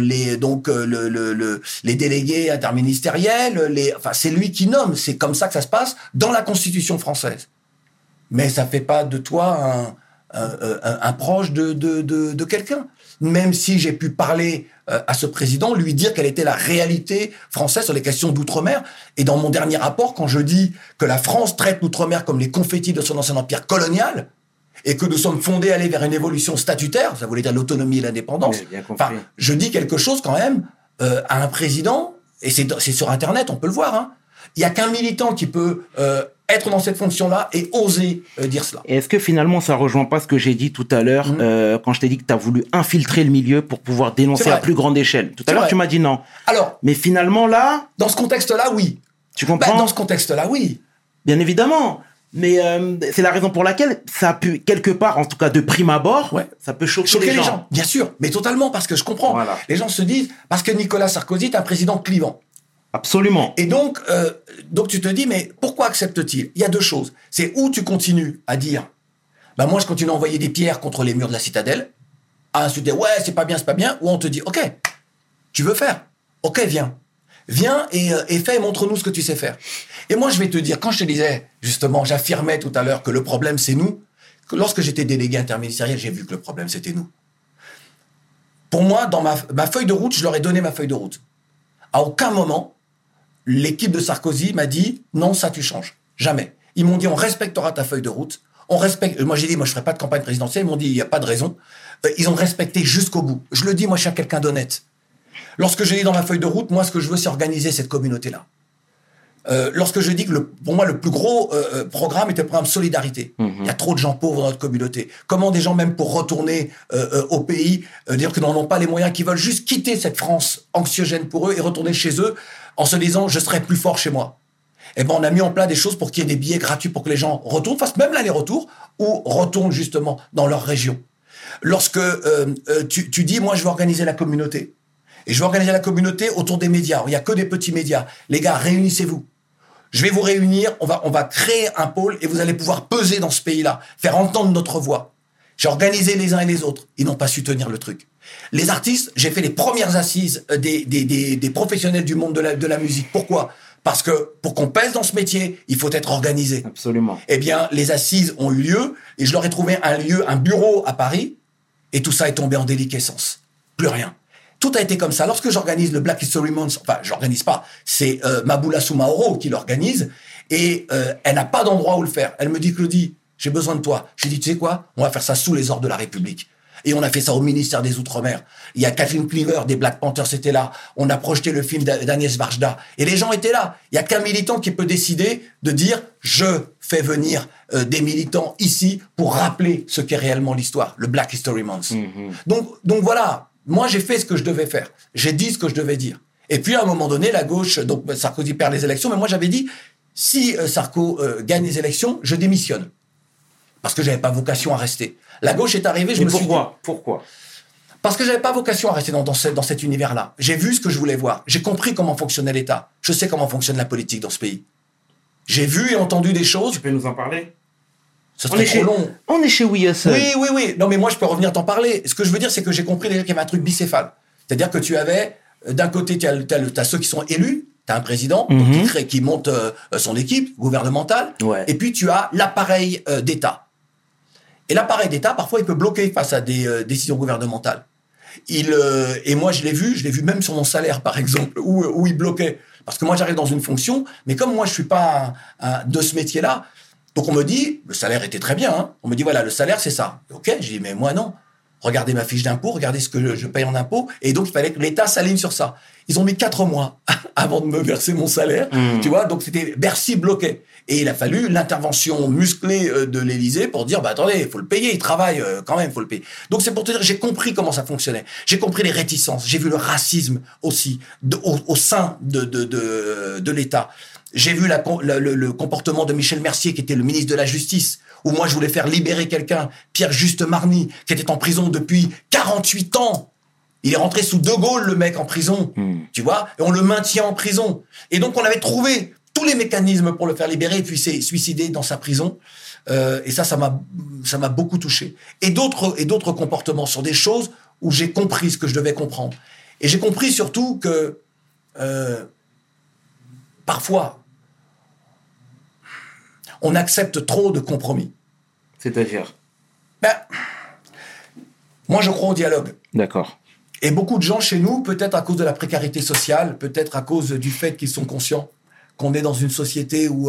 délégués interministériels, c'est lui qui nomme. C'est comme ça que ça se passe dans la Constitution française. Mais ça fait pas de toi un proche de quelqu'un. Même si j'ai pu parler à ce président, lui dire quelle était la réalité française sur les questions d'outre-mer. Et dans mon dernier rapport, quand je dis que la France traite l'outre-mer comme les confettis de son ancien empire colonial, et que nous sommes fondés à aller vers une évolution statutaire, ça voulait dire l'autonomie et l'indépendance. Enfin, je dis quelque chose quand même à un président, et c'est sur Internet, on peut le voir. Hein. Il n'y a qu'un militant qui peut être dans cette fonction-là et oser dire cela. Et est-ce que finalement, ça rejoint pas ce que j'ai dit tout à l'heure, quand je t'ai dit que tu as voulu infiltrer le milieu pour pouvoir dénoncer à plus grande échelle? Tout à l'heure, tu m'as dit non. Alors, mais finalement, là... Dans ce contexte-là, oui. Tu comprends? Dans ce contexte-là, oui. Bien évidemment. Mais c'est la raison pour laquelle ça a pu, quelque part, en tout cas de prime abord, ça peut choquer les gens. Bien sûr, mais totalement, parce que je comprends. Voilà. Les gens se disent, parce que Nicolas Sarkozy est un président clivant. Absolument. Et donc tu te dis, mais pourquoi accepte-t-il? Il y a deux choses. C'est où tu continues à dire, moi je continue à envoyer des pierres contre les murs de la citadelle, à insulter, ouais, c'est pas bien, ou on te dit, ok, tu veux faire? Ok, viens et fais, montre-nous ce que tu sais faire. Et moi, je vais te dire, quand je te disais, justement, j'affirmais tout à l'heure que le problème, c'est nous, que lorsque j'étais délégué interministériel, j'ai vu que le problème, c'était nous. Pour moi, dans ma feuille de route, je leur ai donné ma feuille de route. À aucun moment, l'équipe de Sarkozy m'a dit, non, ça, tu changes. Jamais. Ils m'ont dit, on respectera ta feuille de route. Moi, j'ai dit, moi, je ferai pas de campagne présidentielle. Ils m'ont dit, il n'y a pas de raison. Ils ont respecté jusqu'au bout. Je le dis, moi, je suis quelqu'un d'honnête. Lorsque j'ai dit dans ma feuille de route, moi, ce que je veux, c'est organiser cette communauté-là. Lorsque je dis que pour moi, le plus gros programme était le programme Solidarité. Il y a trop de gens pauvres dans notre communauté. Comment des gens, même pour retourner au pays, dire qu'ils n'en ont pas les moyens, qui veulent juste quitter cette France anxiogène pour eux et retourner chez eux en se disant « je serai plus fort chez moi ». Eh ben, on a mis en place des choses pour qu'il y ait des billets gratuits pour que les gens retournent, fassent même l'aller-retour, ou retournent justement dans leur région. Lorsque tu dis « moi, je veux organiser la communauté ». Et je vais organiser la communauté autour des médias. Il n'y a que des petits médias. Les gars, réunissez-vous. Je vais vous réunir, on va créer un pôle et vous allez pouvoir peser dans ce pays-là, faire entendre notre voix. J'ai organisé les uns et les autres. Ils n'ont pas su tenir le truc. Les artistes, j'ai fait les premières assises des professionnels du monde de la musique. Pourquoi? Parce que pour qu'on pèse dans ce métier, il faut être organisé. Absolument. Eh bien, les assises ont eu lieu et je leur ai trouvé un bureau à Paris et tout ça est tombé en déliquescence. Plus rien. Tout a été comme ça. Lorsque j'organise le Black History Month, enfin, j'organise pas, c'est Maboula Soumaoro qui l'organise, et elle n'a pas d'endroit où le faire. Elle me dit, Claudie, j'ai besoin de toi. J'ai dit, tu sais quoi? On va faire ça sous les ordres de la République. Et on a fait ça au ministère des Outre-mer. Il y a Kathleen Cleaver des Black Panthers, c'était là. On a projeté le film d'Agnès Varda. Et les gens étaient là. Il y a qu'un militant qui peut décider de dire, je fais venir des militants ici pour rappeler ce qu'est réellement l'histoire, le Black History Month. Donc voilà. Moi, j'ai fait ce que je devais faire. J'ai dit ce que je devais dire. Et puis, à un moment donné, la gauche, donc Sarkozy perd les élections, mais moi, j'avais dit, si Sarko gagne les élections, je démissionne. Parce que j'avais pas vocation à rester. La gauche est arrivée, je me suis dit... Pourquoi? Parce que j'avais pas vocation à rester dans cet univers-là. J'ai vu ce que je voulais voir. J'ai compris comment fonctionnait l'État. Je sais comment fonctionne la politique dans ce pays. J'ai vu et entendu des choses. Tu peux nous en parler? Ça serait trop long. On est chez We Hustle. Oui. Non, mais moi, je peux revenir t'en parler. Ce que je veux dire, c'est que j'ai compris déjà qu'il y avait un truc bicéphale. C'est-à-dire que tu avais, d'un côté, t'as ceux qui sont élus, t'as un président donc qui monte son équipe gouvernementale, et puis tu as l'appareil d'État. Et l'appareil d'État, parfois, il peut bloquer face à des décisions gouvernementales. Et moi, je l'ai vu même sur mon salaire, par exemple, où il bloquait. Parce que moi, j'arrive dans une fonction, mais comme moi, je suis pas de ce métier-là, donc on me dit, le salaire était très bien, hein. On me dit, voilà, le salaire, c'est ça. Ok, j'ai dit, mais moi, non. regardez ma fiche d'impôt, regardez ce que je paye en impôt. Et donc, il fallait que l'État s'aligne sur ça. Ils ont mis 4 mois avant de me verser mon salaire, tu vois. Donc, c'était Bercy bloqué. Et il a fallu l'intervention musclée de l'Élysée pour dire, attendez, il faut le payer, il travaille quand même, il faut le payer. Donc, c'est pour te dire, j'ai compris comment ça fonctionnait. J'ai compris les réticences. J'ai vu le racisme aussi au sein de l'État. J'ai vu le comportement de Michel Mercier, qui était le ministre de la Justice, où moi, je voulais faire libérer quelqu'un, Pierre Juste Marny, qui était en prison depuis 48 ans. Il est rentré sous De Gaulle, le mec, en prison, tu vois, et on le maintient en prison. Et donc, on avait trouvé tous les mécanismes pour le faire libérer, et puis il s'est suicidé dans sa prison. Et ça m'a beaucoup touché. Et d'autres comportements sur des choses où j'ai compris ce que je devais comprendre. Et j'ai compris surtout que parfois, on accepte trop de compromis. C'est-à-dire ? Moi, je crois au dialogue. D'accord. Et beaucoup de gens chez nous, peut-être à cause de la précarité sociale, peut-être à cause du fait qu'ils sont conscients qu'on est dans une société où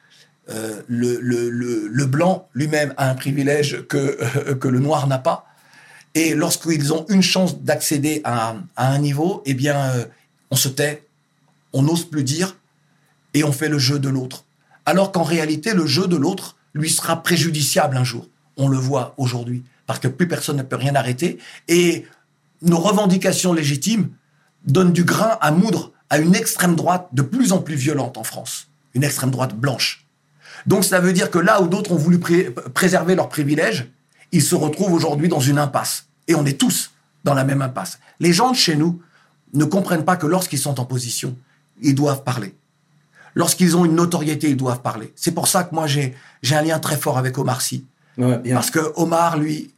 le blanc lui-même a un privilège que le noir n'a pas. Et lorsqu'ils ont une chance d'accéder à un niveau, eh bien, on se tait, on n'ose plus dire, et on fait le jeu de l'autre. Alors qu'en réalité, le jeu de l'autre lui sera préjudiciable un jour. On le voit aujourd'hui, parce que plus personne ne peut rien arrêter. Et nos revendications légitimes donnent du grain à moudre à une extrême droite de plus en plus violente en France. Une extrême droite blanche. Donc ça veut dire que là où d'autres ont voulu préserver leurs privilèges, ils se retrouvent aujourd'hui dans une impasse. Et on est tous dans la même impasse. Les gens de chez nous ne comprennent pas que lorsqu'ils sont en position, ils doivent parler. Lorsqu'ils ont une notoriété, ils doivent parler. C'est pour ça que moi, j'ai un lien très fort avec Omar Sy. Ouais, bien. Parce que Omar, lui,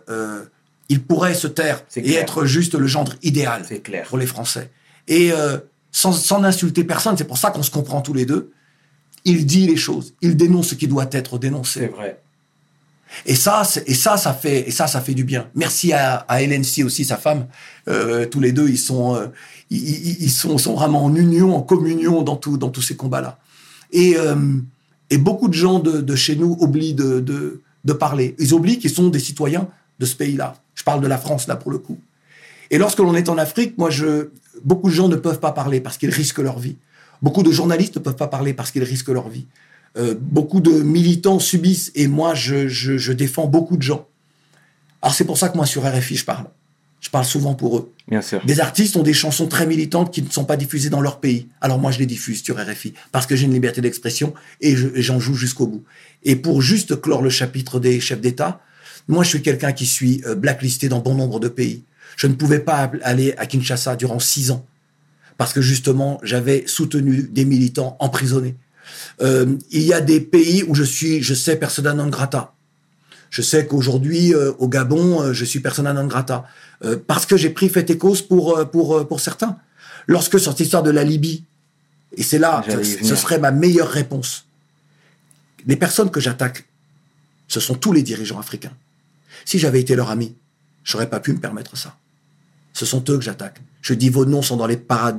il pourrait se taire et être juste le gendre idéal pour les Français. Et sans insulter personne, c'est pour ça qu'on se comprend tous les deux. Il dit les choses, il dénonce ce qui doit être dénoncé. C'est vrai. Et ça fait du bien. Merci à Hélène Sy aussi, sa femme. Tous les deux, ils sont vraiment en union, en communion dans tous ces combats-là. Et beaucoup de gens de chez nous oublient de parler. Ils oublient qu'ils sont des citoyens de ce pays-là. Je parle de la France, là, pour le coup. Et lorsque l'on est en Afrique, beaucoup de gens ne peuvent pas parler parce qu'ils risquent leur vie. Beaucoup de journalistes ne peuvent pas parler parce qu'ils risquent leur vie. Beaucoup de militants subissent, et moi, je défends beaucoup de gens. Alors, c'est pour ça que moi, sur RFI, je parle. Je parle souvent pour eux. Bien sûr. Des artistes ont des chansons très militantes qui ne sont pas diffusées dans leur pays. Alors, moi, je les diffuse sur RFI parce que j'ai une liberté d'expression et j'en joue jusqu'au bout. Et pour juste clore le chapitre des chefs d'État, moi, je suis quelqu'un qui suis blacklisté dans bon nombre de pays. Je ne pouvais pas aller à Kinshasa durant 6 ans parce que, justement, j'avais soutenu des militants emprisonnés. Il y a des pays où je sais, persona non grata. Je sais qu'aujourd'hui, au Gabon, je suis persona non grata. Parce que j'ai pris fait et cause pour certains. Lorsque cette histoire de la Libye, et c'est là, ce serait ma meilleure réponse. Les personnes que j'attaque, ce sont tous les dirigeants africains. Si j'avais été leur ami, j'aurais pas pu me permettre ça. Ce sont eux que j'attaque. Je dis vos noms sont dans les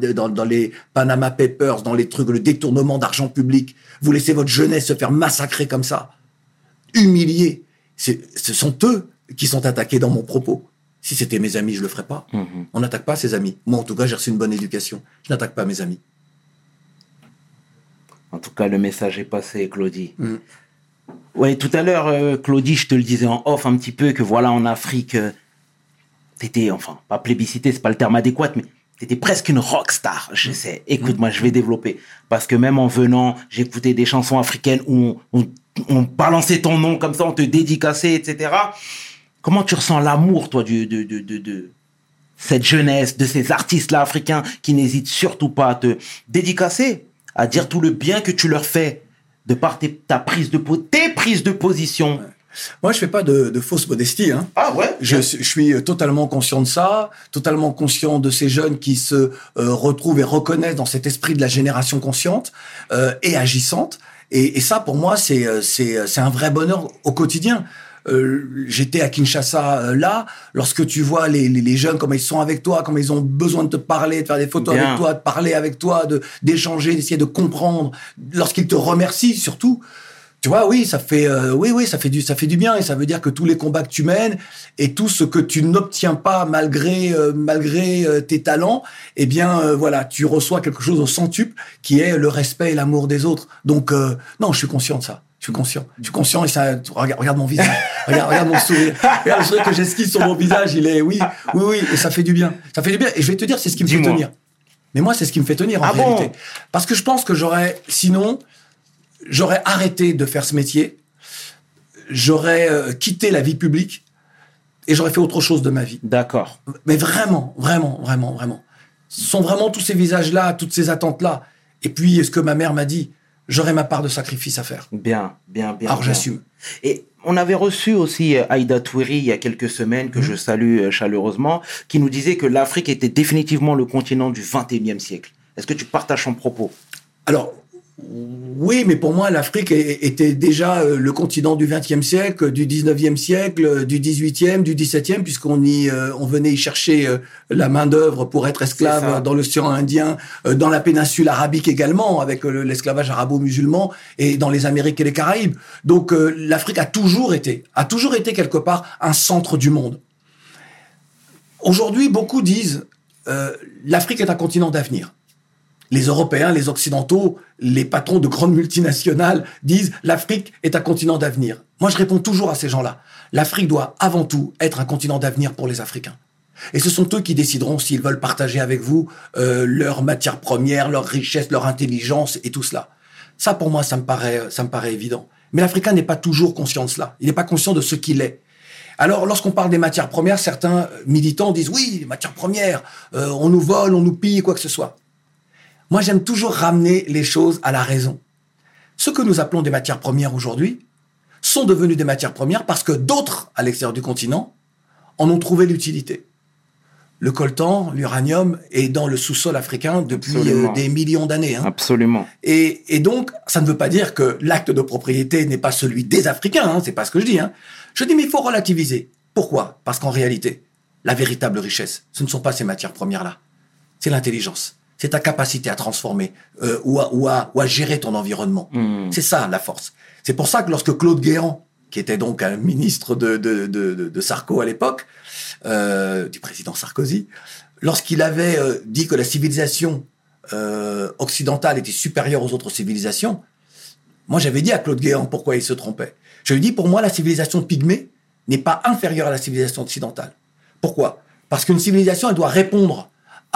Panama Papers, dans les trucs, le détournement d'argent public. Vous laissez votre jeunesse se faire massacrer comme ça, humilier. Ce sont eux qui sont attaqués dans mon propos. Si c'était mes amis, je le ferais pas. On n'attaque pas ses amis. Moi, en tout cas, j'ai reçu une bonne éducation. Je n'attaque pas mes amis. En tout cas, le message est passé, Claudie. Ouais, tout à l'heure, Claudie, je te le disais en off un petit peu, que voilà, en Afrique, t'étais, enfin, pas plébiscité, c'est pas le terme adéquat, mais t'étais presque une rockstar, je sais. Écoute, moi, je vais développer. Parce que même en venant, j'écoutais des chansons africaines où on balançait ton nom comme ça, on te dédicaçait, etc. Comment tu ressens l'amour, toi, de cette jeunesse, de ces artistes-là africains qui n'hésitent surtout pas à te dédicacer, à dire tout le bien que tu leur fais de par tes prises de position. Ouais. Moi, je fais pas de fausse modestie. Hein. Ah ouais. Je suis totalement conscient de ça, totalement conscient de ces jeunes qui se retrouvent et reconnaissent dans cet esprit de la génération consciente et agissante. Et ça, pour moi, c'est un vrai bonheur au quotidien. J'étais à Kinshasa là, lorsque tu vois les jeunes, comment ils sont avec toi, comment ils ont besoin de te parler, de faire des photos avec toi, de parler avec toi, d'échanger, d'essayer de comprendre, lorsqu'ils te remercient surtout, Tu vois, oui, ça fait ça fait du bien, et ça veut dire que tous les combats que tu mènes et tout ce que tu n'obtiens pas malgré tes talents, eh bien voilà, tu reçois quelque chose au centuple qui est le respect et l'amour des autres. Donc non, je suis conscient de ça. Je suis conscient et ça. Regarde mon visage, regarde mon sourire, regarde le sourire que j'esquisse sur mon visage. Il est oui, et ça fait du bien. Ça fait du bien. Et je vais te dire, c'est ce qui me fait tenir. Mais moi, c'est ce qui me fait tenir en réalité, parce que je pense que sinon. J'aurais arrêté de faire ce métier, j'aurais quitté la vie publique et j'aurais fait autre chose de ma vie. D'accord. Mais vraiment. Ce sont vraiment tous ces visages-là, toutes ces attentes-là. Et puis, ce que ma mère m'a dit, j'aurais ma part de sacrifice à faire. Bien. Alors, j'assume. Et on avait reçu aussi Aïda Touiri il y a quelques semaines, que je salue chaleureusement, qui nous disait que l'Afrique était définitivement le continent du 21e siècle. Est-ce que tu partages son propos ? Alors, oui, mais pour moi, l'Afrique était déjà le continent du XXe siècle, du XIXe siècle, du XVIIIe, du XVIIe, puisqu'on venait y chercher la main-d'œuvre pour être esclave dans l'océan Indien, dans la péninsule arabique également, avec l'esclavage arabo-musulman, et dans les Amériques et les Caraïbes. Donc, l'Afrique a toujours été quelque part un centre du monde. Aujourd'hui, beaucoup disent l'Afrique est un continent d'avenir. Les Européens, les Occidentaux, les patrons de grandes multinationales disent l'Afrique est un continent d'avenir. Moi, je réponds toujours à ces gens-là. L'Afrique doit avant tout être un continent d'avenir pour les Africains. Et ce sont eux qui décideront s'ils veulent partager avec vous leurs matières premières, leurs richesses, leur intelligence et tout cela. Ça, pour moi, ça me paraît évident. Mais l'Africain n'est pas toujours conscient de cela. Il n'est pas conscient de ce qu'il est. Alors, lorsqu'on parle des matières premières, certains militants disent oui, les matières premières, on nous vole, on nous pille, quoi que ce soit. Moi, j'aime toujours ramener les choses à la raison. Ce que nous appelons des matières premières aujourd'hui sont devenues des matières premières parce que d'autres, à l'extérieur du continent, en ont trouvé l'utilité. Le coltan, l'uranium, est dans le sous-sol africain depuis des millions d'années. Absolument. Et donc, ça ne veut pas dire que l'acte de propriété n'est pas celui des Africains, c'est pas ce que je dis. Je dis, mais il faut relativiser. Pourquoi ? Parce qu'en réalité, la véritable richesse, ce ne sont pas ces matières premières-là. C'est l'intelligence. C'est ta capacité à transformer ou à gérer ton environnement. C'est ça, la force. C'est pour ça que lorsque Claude Guéant, qui était donc un ministre de Sarko à l'époque, du président Sarkozy, lorsqu'il avait dit que la civilisation occidentale était supérieure aux autres civilisations, moi j'avais dit à Claude Guéant pourquoi il se trompait. Je lui ai dit, pour moi, la civilisation pygmée n'est pas inférieure à la civilisation occidentale. Pourquoi ? Parce qu'une civilisation, elle doit répondre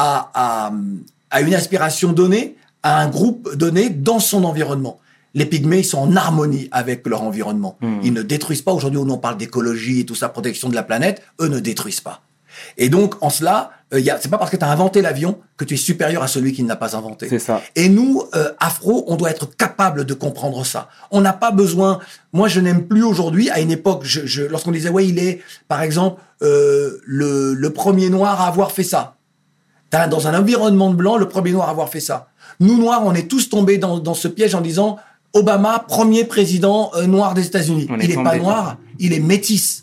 à une aspiration donnée, à un groupe donné dans son environnement. Les pygmées, ils sont en harmonie avec leur environnement. Ils ne détruisent pas. Aujourd'hui, on parle d'écologie et tout ça, protection de la planète. Eux ne détruisent pas. Et donc, en cela, c'est pas parce que tu as inventé l'avion que tu es supérieur à celui qui ne l'a pas inventé. C'est ça. Et nous, Afro, on doit être capable de comprendre ça. On n'a pas besoin... Moi, je n'aime plus aujourd'hui, à une époque, lorsqu'on disait, ouais, il est, par exemple, le premier noir à avoir fait ça. Dans un environnement de blanc, le premier noir à avoir fait ça. Nous, noirs, on est tous tombés dans ce piège en disant Obama, premier président noir des États-Unis. Il n'est pas noir, il est métis.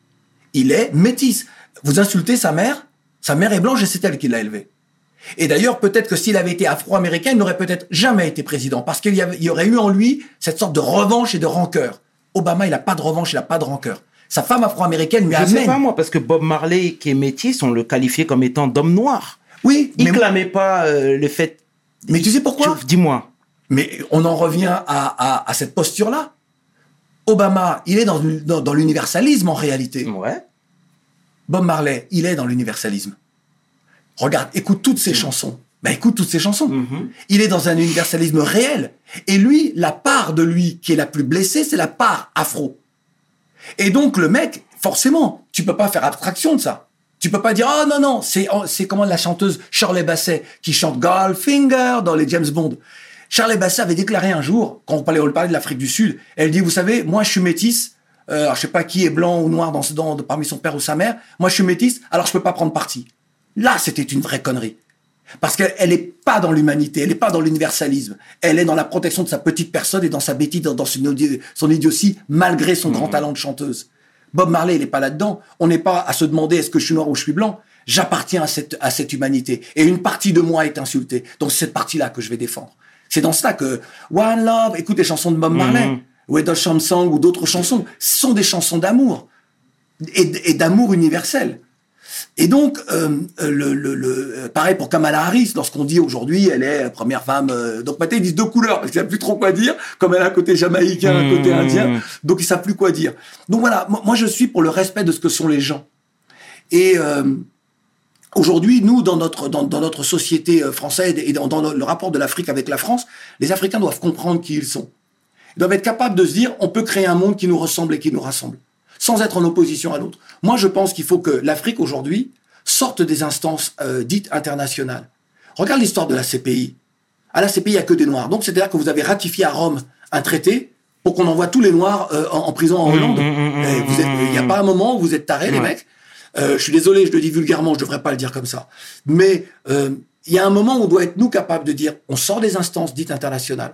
Il est métis. Vous insultez sa mère est blanche et c'est elle qui l'a élevé. Et d'ailleurs, peut-être que s'il avait été afro-américain, il n'aurait peut-être jamais été président parce qu'il y aurait eu en lui cette sorte de revanche et de rancœur. Obama, il n'a pas de revanche, il n'a pas de rancœur. Sa femme afro-américaine lui amène... Je sais pas moi, parce que Bob Marley, qui est métis, on le qualifiait comme étant d'homme noir. Oui, il clamait pas le fait. Mais tu sais pourquoi ? Dis-moi. Mais on en revient à cette posture-là. Obama, il est dans l'universalisme en réalité. Ouais. Bob Marley, il est dans l'universalisme. Regarde, écoute toutes ces chansons. Écoute toutes ces chansons. Il est dans un universalisme réel. Et lui, la part de lui qui est la plus blessée, c'est la part afro. Et donc le mec, forcément, tu peux pas faire abstraction de ça. Tu peux pas dire, oh non, c'est comment la chanteuse Shirley Bassey qui chante Goldfinger dans les James Bond. Shirley Bassey avait déclaré un jour, quand on parlait de l'Afrique du Sud, elle dit, vous savez, moi je suis métisse, alors je sais pas qui est blanc ou noir parmi son père ou sa mère, moi je suis métisse, alors je peux pas prendre parti. Là, c'était une vraie connerie. Parce qu'elle est pas dans l'humanité, elle est pas dans l'universalisme. Elle est dans la protection de sa petite personne et dans sa bêtise, dans son idiotie, malgré son grand talent de chanteuse. Bob Marley, il n'est pas là-dedans. On n'est pas à se demander est-ce que je suis noir ou je suis blanc. J'appartiens à cette humanité. Et une partie de moi est insultée. Donc c'est cette partie-là que je vais défendre. C'est dans cela que One Love, écoute les chansons de Bob Marley. Weddell Shamsang ou d'autres chansons, sont des chansons d'amour et d'amour universel. Et donc, pareil pour Kamala Harris, lorsqu'on dit aujourd'hui, elle est la première femme. Donc maintenant, ils disent deux couleurs, parce qu'ils savent plus trop quoi dire, comme elle a un côté jamaïcain, un côté indien, donc ils savent plus quoi dire. Donc voilà, moi je suis pour le respect de ce que sont les gens. Et aujourd'hui, nous, dans notre société française et dans le rapport de l'Afrique avec la France, les Africains doivent comprendre qui ils sont. Ils doivent être capables de se dire, on peut créer un monde qui nous ressemble et qui nous rassemble, sans être en opposition à l'autre. Moi, je pense qu'il faut que l'Afrique, aujourd'hui, sorte des instances dites internationales. Regarde l'histoire de la CPI. À la CPI, il n'y a que des Noirs. Donc, c'est-à-dire que vous avez ratifié à Rome un traité pour qu'on envoie tous les Noirs en prison en Hollande. Il n'y a pas un moment où vous êtes tarés, les mecs. Je suis désolé, je le dis vulgairement, je ne devrais pas le dire comme ça. Mais il y a un moment où on doit être, nous, capables de dire, on sort des instances dites internationales.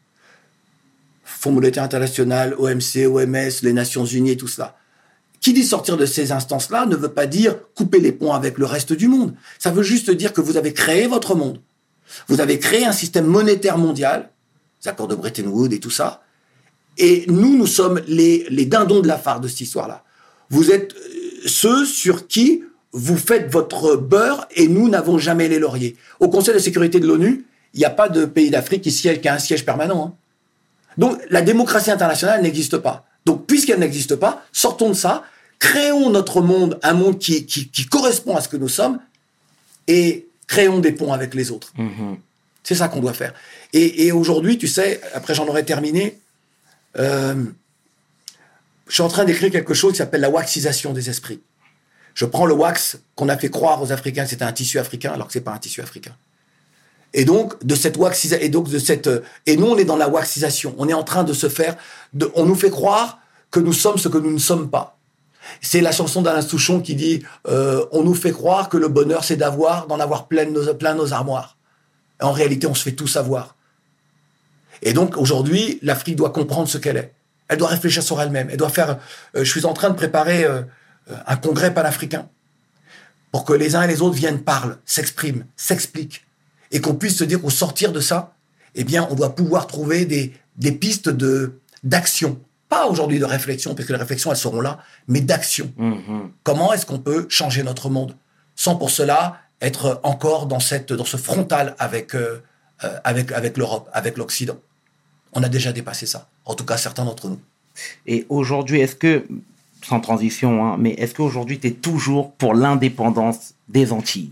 Fonds monétaire international, OMC, OMS, les Nations Unies et tout cela. Qui dit sortir de ces instances-là ne veut pas dire couper les ponts avec le reste du monde. Ça veut juste dire que vous avez créé votre monde. Vous avez créé un système monétaire mondial, les accords de Bretton Woods et tout ça. Et nous sommes les dindons de la farce de cette histoire-là. Vous êtes ceux sur qui vous faites votre beurre et nous n'avons jamais les lauriers. Au Conseil de sécurité de l'ONU, il n'y a pas de pays d'Afrique qui a un siège permanent. Donc, la démocratie internationale n'existe pas. Donc, puisqu'elle n'existe pas, sortons de ça, créons notre monde, un monde qui correspond à ce que nous sommes, et créons des ponts avec les autres. C'est ça qu'on doit faire. Et aujourd'hui, tu sais, après j'en aurais terminé, je suis en train d'écrire quelque chose qui s'appelle la waxisation des esprits. Je prends le wax qu'on a fait croire aux Africains que c'était un tissu africain, alors que c'est pas un tissu africain. Et donc, de cette waxisation, et nous, on est dans la waxisation. On est en train de se faire, on nous fait croire que nous sommes ce que nous ne sommes pas. C'est la chanson d'Alain Souchon qui dit, on nous fait croire que le bonheur, c'est d'en avoir plein nos armoires. Et en réalité, on se fait tout savoir. Et donc, aujourd'hui, l'Afrique doit comprendre ce qu'elle est. Elle doit réfléchir sur elle-même. Elle doit faire, je suis en train de préparer un congrès panafricain pour que les uns et les autres viennent, parlent, s'expriment, s'expliquent. Et qu'on puisse se dire qu'au sortir de ça, eh bien, on doit pouvoir trouver des pistes d'action. Pas aujourd'hui de réflexion, parce que les réflexions, elles seront là, mais d'action. Comment est-ce qu'on peut changer notre monde sans pour cela être encore dans ce frontal avec l'Europe, avec l'Occident. On a déjà dépassé ça. En tout cas, certains d'entre nous. Et aujourd'hui, est-ce que, sans transition, mais est-ce qu'aujourd'hui, tu es toujours pour l'indépendance des Antilles?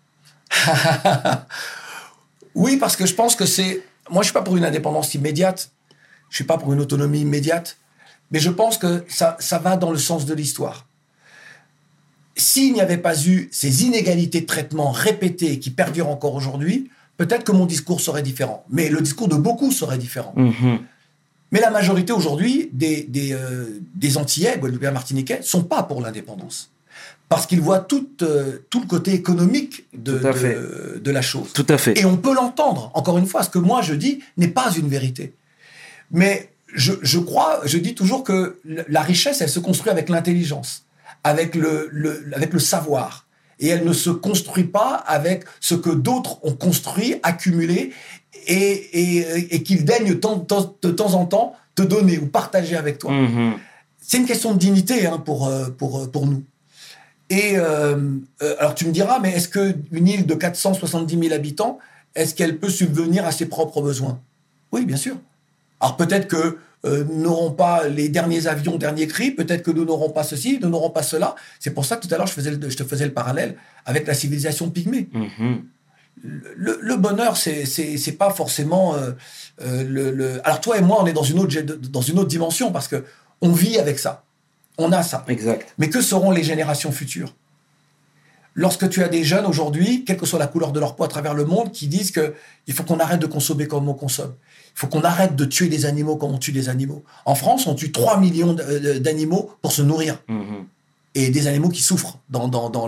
Oui, parce que je pense que moi, je suis pas pour une indépendance immédiate. Je suis pas pour une autonomie immédiate. Mais je pense que ça va dans le sens de l'histoire. S'il n'y avait pas eu ces inégalités de traitement répétées qui perdurent encore aujourd'hui, peut-être que mon discours serait différent. Mais le discours de beaucoup serait différent. Mais la majorité aujourd'hui des Antillais, Guadeloupéens, Martiniquais, sont pas pour l'indépendance. Parce qu'ils voient tout le côté économique de la chose. Tout à fait. Et on peut l'entendre. Encore une fois, ce que moi je dis n'est pas une vérité. Mais je dis toujours que la richesse, elle se construit avec l'intelligence, avec le savoir. Et elle ne se construit pas avec ce que d'autres ont construit, accumulé, et qu'ils daignent de temps en temps te donner ou partager avec toi. C'est une question de dignité pour nous. Et alors tu me diras, mais est-ce qu'une île de 470 000 habitants, est-ce qu'elle peut subvenir à ses propres besoins? Oui, bien sûr. Alors peut-être que nous n'aurons pas les derniers avions, derniers cris, peut-être que nous n'aurons pas ceci, nous n'aurons pas cela. C'est pour ça que tout à l'heure, je te faisais le parallèle avec la civilisation pygmée. Le bonheur, c'est pas forcément... Alors toi et moi, on est dans une autre dimension parce que on vit avec ça. On a ça. Exact. Mais que seront les générations futures? Lorsque tu as des jeunes aujourd'hui, quelle que soit la couleur de leur peau à travers le monde, qui disent qu'il faut qu'on arrête de consommer comme on consomme. Il faut qu'on arrête de tuer des animaux comme on tue des animaux. En France, on tue 3 millions d'animaux pour se nourrir. Et des animaux qui souffrent dans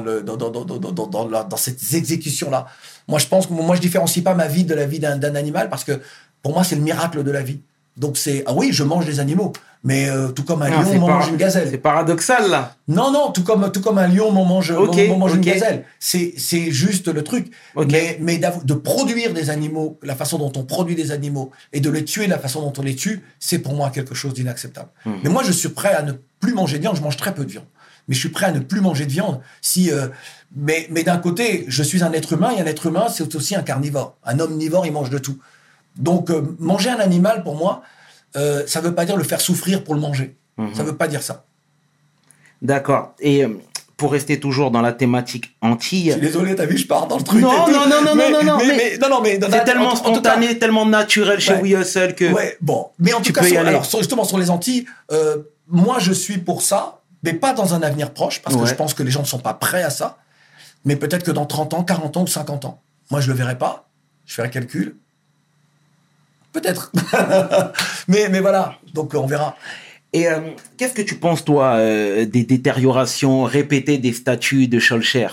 cette exécution-là. Moi, je pense que je différencie pas ma vie de la vie d'un animal parce que pour moi, c'est le miracle de la vie. Donc ah oui, je mange des animaux, mais tout comme un Non, lion, c'est on pas- mange une gazelle. C'est paradoxal, là. Non, tout comme un lion, on mange, Ok, on mange ok. une gazelle. C'est juste le truc. Ok. Mais de produire des animaux, la façon dont on produit des animaux, et de les tuer, la façon dont on les tue, c'est pour moi quelque chose d'inacceptable. Mais moi, je suis prêt à ne plus manger de viande. Je mange très peu de viande. Mais je suis prêt à ne plus manger de viande. Mais d'un côté, je suis un être humain, et un être humain, c'est aussi un carnivore. Un omnivore, il mange de tout. Donc, manger un animal, pour moi, ça ne veut pas dire le faire souffrir pour le manger. Ça ne veut pas dire ça. D'accord. Et pour rester toujours dans la thématique Je Antilles, suis désolé, t'as vu, je pars dans le truc. Non, et tout. non, mais non, c'est tellement spontané, tellement naturel chez Ouais. We Hustle que... Ouais, bon. Mais en Tu tout cas, peux y aller. justement, sur les Antilles, moi, je suis pour ça, mais pas dans un avenir proche, parce que Ouais. je pense que les gens ne sont pas prêts à ça. Mais peut-être que dans 30 ans, 40 ans ou 50 ans. Moi, je le verrai pas. Je fais un calcul. Peut-être. mais voilà. Donc, on verra. Et qu'est-ce que tu penses, toi, des détériorations répétées des statues de Schœlcher?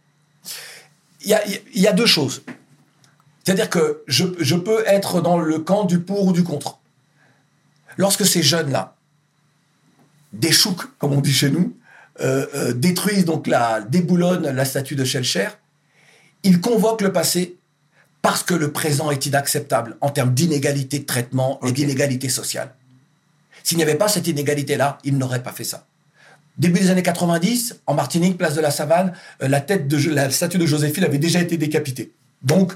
Il y a deux choses. C'est-à-dire que je peux être dans le camp du pour ou du contre. Lorsque ces jeunes-là, des chouks, comme on dit chez nous, détruisent, donc déboulonnent la statue de Schœlcher, ils convoquent le passé parce que le présent est inacceptable en termes d'inégalité de traitement et d'inégalité sociale. S'il n'y avait pas cette inégalité-là, ils n'auraient pas fait ça. Début des années 90, en Martinique, place de la Savane, la statue de Joséphine avait déjà été décapitée. Donc,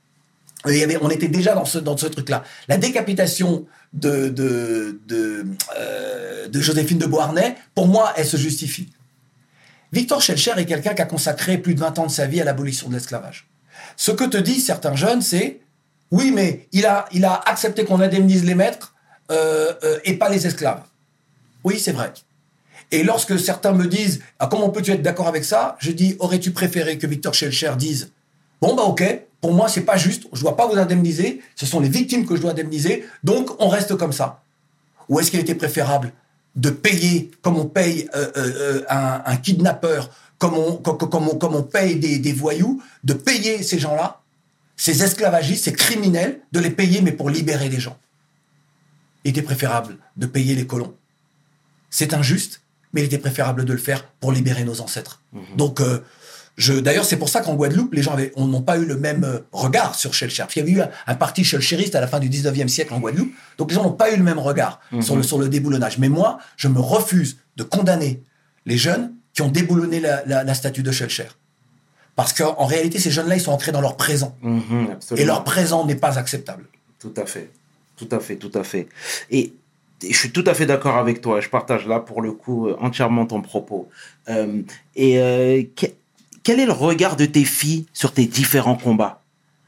on était déjà dans ce truc-là. La décapitation de Joséphine de Beauharnais, pour moi, elle se justifie. Victor Schœlcher est quelqu'un qui a consacré plus de 20 ans de sa vie à l'abolition de l'esclavage. Ce que te disent certains jeunes, c'est « Oui, mais il a accepté qu'on indemnise les maîtres et pas les esclaves. » Oui, c'est vrai. Et lorsque certains me disent « Ah, comment peux-tu être d'accord avec ça ?» Je dis « Aurais-tu préféré que Victor Schœlcher dise « Bon, bah ok, pour moi, c'est pas juste, je dois pas vous indemniser, ce sont les victimes que je dois indemniser, donc on reste comme ça. » Ou est-ce qu'il était préférable de payer comme on paye un kidnappeur, comme on paye des voyous, de payer ces gens-là, ces esclavagistes, ces criminels, de les payer, mais pour libérer les gens. Il était préférable de payer les colons. C'est injuste, mais il était préférable de le faire pour libérer nos ancêtres. Donc, d'ailleurs, c'est pour ça qu'en Guadeloupe, les gens n'ont pas eu le même regard sur Schœlcher. Il y avait eu un parti schœlcheriste à la fin du 19e siècle en Guadeloupe, donc les gens n'ont pas eu le même regard sur le déboulonnage. Mais moi, je me refuse de condamner les jeunes qui ont déboulonné la statue de Schœlcher. Parce qu'en réalité, ces jeunes-là, ils sont ancrés dans leur présent. Et leur présent n'est pas acceptable. Tout à fait. Tout à fait, tout à fait. Et je suis tout à fait d'accord avec toi. Je partage là, pour le coup, entièrement ton propos. Quel est le regard de tes filles sur tes différents combats?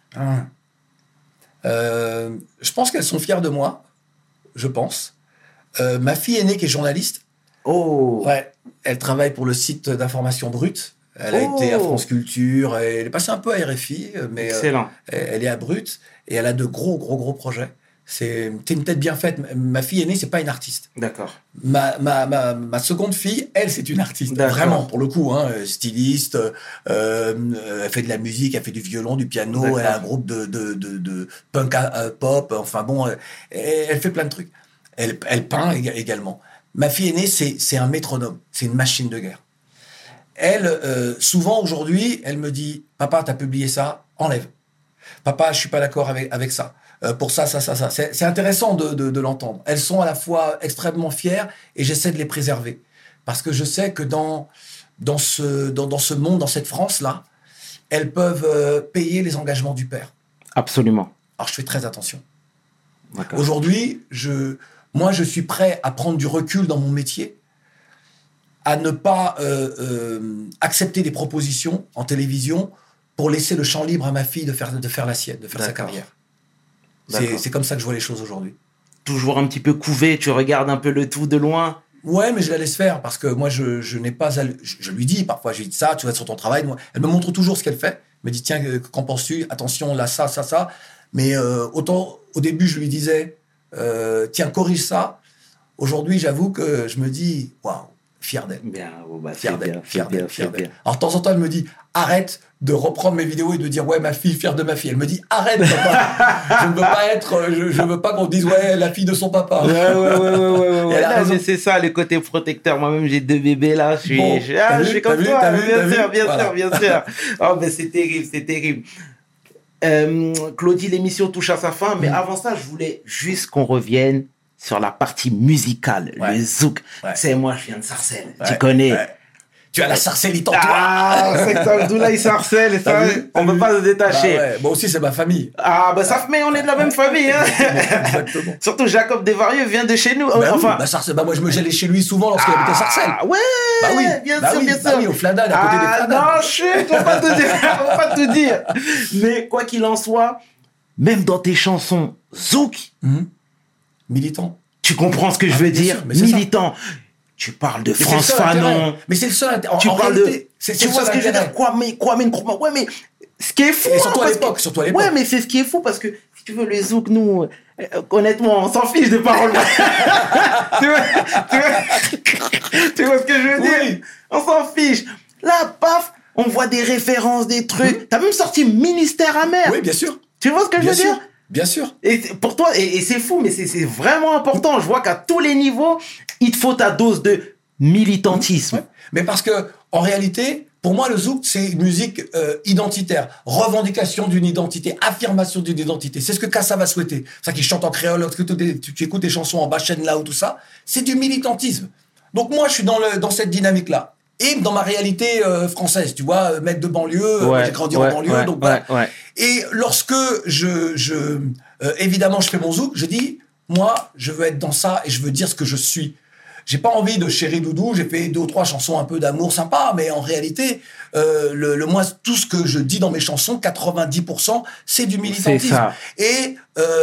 Je pense qu'elles sont fières de moi. Je pense. Ma fille aînée, qui est journaliste, ouais, elle travaille pour le site d'information brute. Elle a été à France Culture. Elle est passée un peu à RFI, mais excellent. Elle est à Brut et elle a de gros projets. C'est une tête bien faite. Ma fille aînée, c'est pas une artiste. D'accord. Ma seconde fille, elle, c'est une artiste. D'accord. Vraiment, pour le coup, hein, styliste. Elle fait de la musique, elle fait du violon, du piano. D'accord. Elle a un groupe de punk pop. Enfin bon, elle fait plein de trucs. Elle peint également. Ma fille aînée, c'est un métronome. C'est une machine de guerre. Elle, souvent aujourd'hui, elle me dit « Papa, t'as publié ça, enlève. Papa, je suis pas d'accord avec ça. Pour ça. C'est intéressant de l'entendre. Elles sont à la fois extrêmement fières et j'essaie de les préserver. Parce que je sais que dans ce monde, dans cette France-là, elles peuvent payer les engagements du père. Absolument. Alors, je fais très attention. D'accord. Aujourd'hui, moi, je suis prêt à prendre du recul dans mon métier, à ne pas accepter des propositions en télévision pour laisser le champ libre à ma fille de faire la sienne, de faire sa carrière. C'est comme ça que je vois les choses aujourd'hui. Toujours un petit peu couvé, tu regardes un peu le tout de loin. Ouais, mais je la laisse faire parce que moi, je n'ai pas je lui dis parfois, je lui dis ça, tu vas être sur ton travail. Moi, elle me montre toujours ce qu'elle fait. Elle me dit, tiens, qu'en penses-tu? Attention, là, ça. Mais autant, au début, je lui disais, tiens, corrige ça. Aujourd'hui, j'avoue que je me dis, waouh, fier d'elle. Bien, oh, bah, Fier c'est d'elle, bien, fier c'est bien, d'elle, fier c'est d'elle. bien. Alors, de temps en temps, elle me dit, arrête de reprendre mes vidéos et de dire, ouais, ma fille, fière de ma fille. Elle me dit, arrête, papa. Je ne veux pas être, je veux pas qu'on dise, ouais, la fille de son papa. Ouais. Et elle a Non, raison. mais c'est ça, le côté protecteur. Moi-même, j'ai 2 bébés là. Je suis, Bon, t'as je vu, suis t'as comme vu, toi. t'as vu, Bien sûr, voilà. bien sûr. Oh, mais c'est terrible, c'est terrible. Claudie, l'émission touche à sa fin, mais avant ça, je voulais juste qu'on revienne sur la partie musicale, Ouais. le zouk. Ouais. Tu sais, moi, je viens de Sarcelles. Tu Ouais, connais. ouais. Tu as la sarcellite en toi. Ah, c'est que Abdoulaye il Sarcelles, ça, T'as vu, on peut pas se détacher. Bah ouais, moi aussi, c'est ma famille. Ah, bah ça, mais on est de la même famille, hein. Exactement. Surtout Jacob Desvarieux vient de chez nous. Bah Enfin, oui, bah Sarcelles, bah moi, j'allais chez lui souvent lorsqu'il habitait Sarcelles. Ah ouais, Bah oui, bien bah sûr, oui, bien bah sûr. oui, au Fladal, à côté des Fladal. Non, chut, on va pas te dire, on va pas te dire. Mais quoi qu'il en soit, même dans tes chansons zouk, Militant. tu comprends ce que je veux bien dire, sûr, mais c'est ça. militant. Tu parles de Mais c'est le France seul Fanon. intérêt. Mais c'est le seul intérêt. Tu En parles réalité, de. c'est Tu le vois seul ce que je veux intérêt. dire? Kwame Nkrumah. Ouais, mais ce qui est fou. Et hein, surtout à parce l'époque, que- surtout à l'époque. Ouais, mais c'est ce qui est fou parce que si tu veux, le zouk, nous, honnêtement, on s'en fiche des paroles. tu vois ce que je veux dire? Oui. On s'en fiche. Là, paf, on voit des références, des trucs. T'as même sorti Ministère amer. Oui, bien sûr. Tu vois ce que je Bien veux sûr. dire? Bien sûr. Et pour toi, et c'est fou, mais c'est vraiment important. Je vois qu'à tous les niveaux, il te faut ta dose de militantisme. Ouais. Mais parce que, en réalité, pour moi, le zouk, c'est une musique identitaire. Revendication d'une identité, affirmation d'une identité. C'est ce que Kassa va souhaiter. C'est ça qu'il chante en créole, lorsque tu écoutes des chansons en Bachen là ou tout ça. C'est du militantisme. Donc moi, je suis dans cette dynamique-là. Et dans ma réalité française, tu vois, mec de banlieue, moi, j'ai grandi en banlieue, donc voilà. ouais. Et lorsque évidemment, je fais mon zouk, je dis, moi, je veux être dans ça et je veux dire ce que je suis. J'ai pas envie de Chéri Doudou, j'ai fait 2 ou 3 chansons un peu d'amour sympa, mais en réalité, moi, tout ce que je dis dans mes chansons, 90%, c'est du militantisme. C'est ça. Et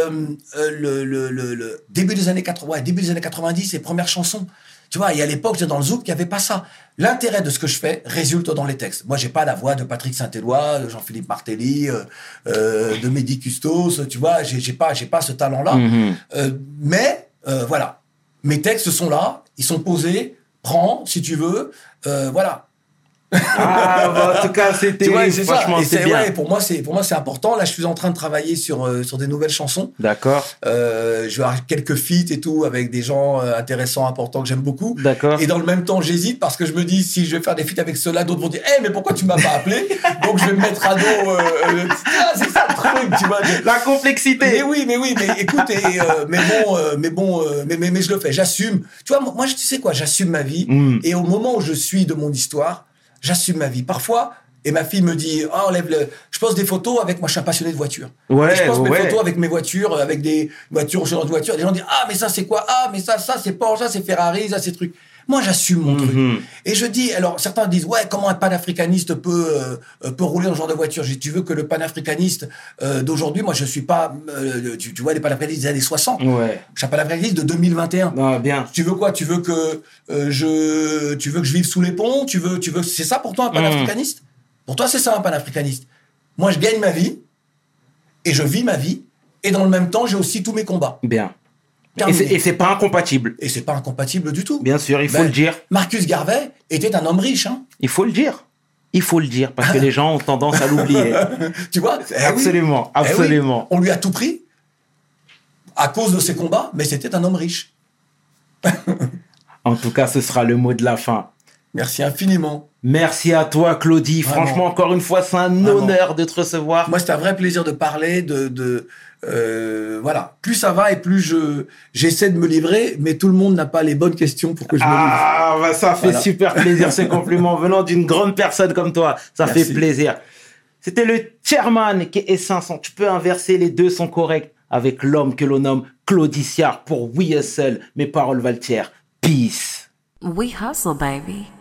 le début des années 80, début des années 90, les premières chansons, tu vois, et à l'époque, dans le zouk, il n'y avait pas ça. L'intérêt de ce que je fais résulte dans les textes. Moi, j'ai pas la voix de Patrick Saint-Éloi, de Jean-Philippe Martelly, de Mehdi Custos, tu vois, j'ai pas ce talent-là. Mais voilà, mes textes sont là, ils sont posés, prends si tu veux, voilà. Ah, bah, en tout cas, c'était Tu vois, c'est ça. franchement, Et c'est bien. ouais, pour moi, c'est important. Là, je suis en train de travailler sur des nouvelles chansons. D'accord, Je vais avoir quelques feats et tout avec des gens intéressants, importants que j'aime beaucoup. d'accord. Et dans le même temps, j'hésite parce que je me dis, si je vais faire des feats avec ceux-là, d'autres vont dire, mais pourquoi tu m'as pas appelé? Donc, je vais me mettre à dos, c'est ça le truc, tu vois. La complexité. Mais écoute, mais je le fais, j'assume. Tu vois, moi, tu sais quoi, j'assume ma vie. Et au moment où je suis de mon histoire, j'assume ma vie. Parfois, et ma fille me dit, je pose des photos avec, moi, je suis un passionné de voitures. Ouais, Et je pose mes ouais. photos avec mes voitures, avec des voitures, je suis dans une voiture, des gens disent, mais ça, c'est quoi? Mais ça, c'est Porsche, ça, c'est Ferrari, ça, c'est truc. Moi, j'assume mon truc. Et je dis, alors, certains disent, ouais, comment un panafricaniste peut rouler dans ce genre de voiture? Tu veux que le panafricaniste d'aujourd'hui, moi, je suis pas, tu vois, les panafricanistes des années 60. Ouais. Je suis un panafricaniste de 2021. Ah, bien. Tu veux quoi? Tu veux que je vive sous les ponts? Tu veux, c'est ça pour toi un panafricaniste? Pour toi, c'est ça un panafricaniste. Moi, je gagne ma vie et je vis ma vie et dans le même temps, j'ai aussi tous mes combats. Bien. Terminé. Et c'est pas incompatible. Et c'est pas incompatible du tout. Bien sûr, il faut Ben, le dire. Marcus Garvey était un homme riche, hein. Il faut le dire. Il faut le dire parce que les gens ont tendance à l'oublier. Tu vois? Absolument, Eh oui. absolument. On lui a tout pris à cause de ses combats, mais c'était un homme riche. En tout cas, ce sera le mot de la fin. Merci infiniment. Merci à toi, Claudie. Vraiment. Franchement, encore une fois, c'est un Vraiment. honneur de te recevoir. Moi, c'est un vrai plaisir de parler, voilà. Plus ça va et plus j'essaie de me livrer, mais tout le monde n'a pas les bonnes questions pour que je me livre. Ah, bah ça fait Voilà. super plaisir ces compliments venant d'une grande personne comme toi. Ça Merci. fait plaisir. C'était le chairman qui est 500. Tu peux inverser, les deux sont corrects avec l'homme que l'on nomme Claudie Siard pour We Hustle. Mes paroles valent tiers. Peace. We hustle, baby.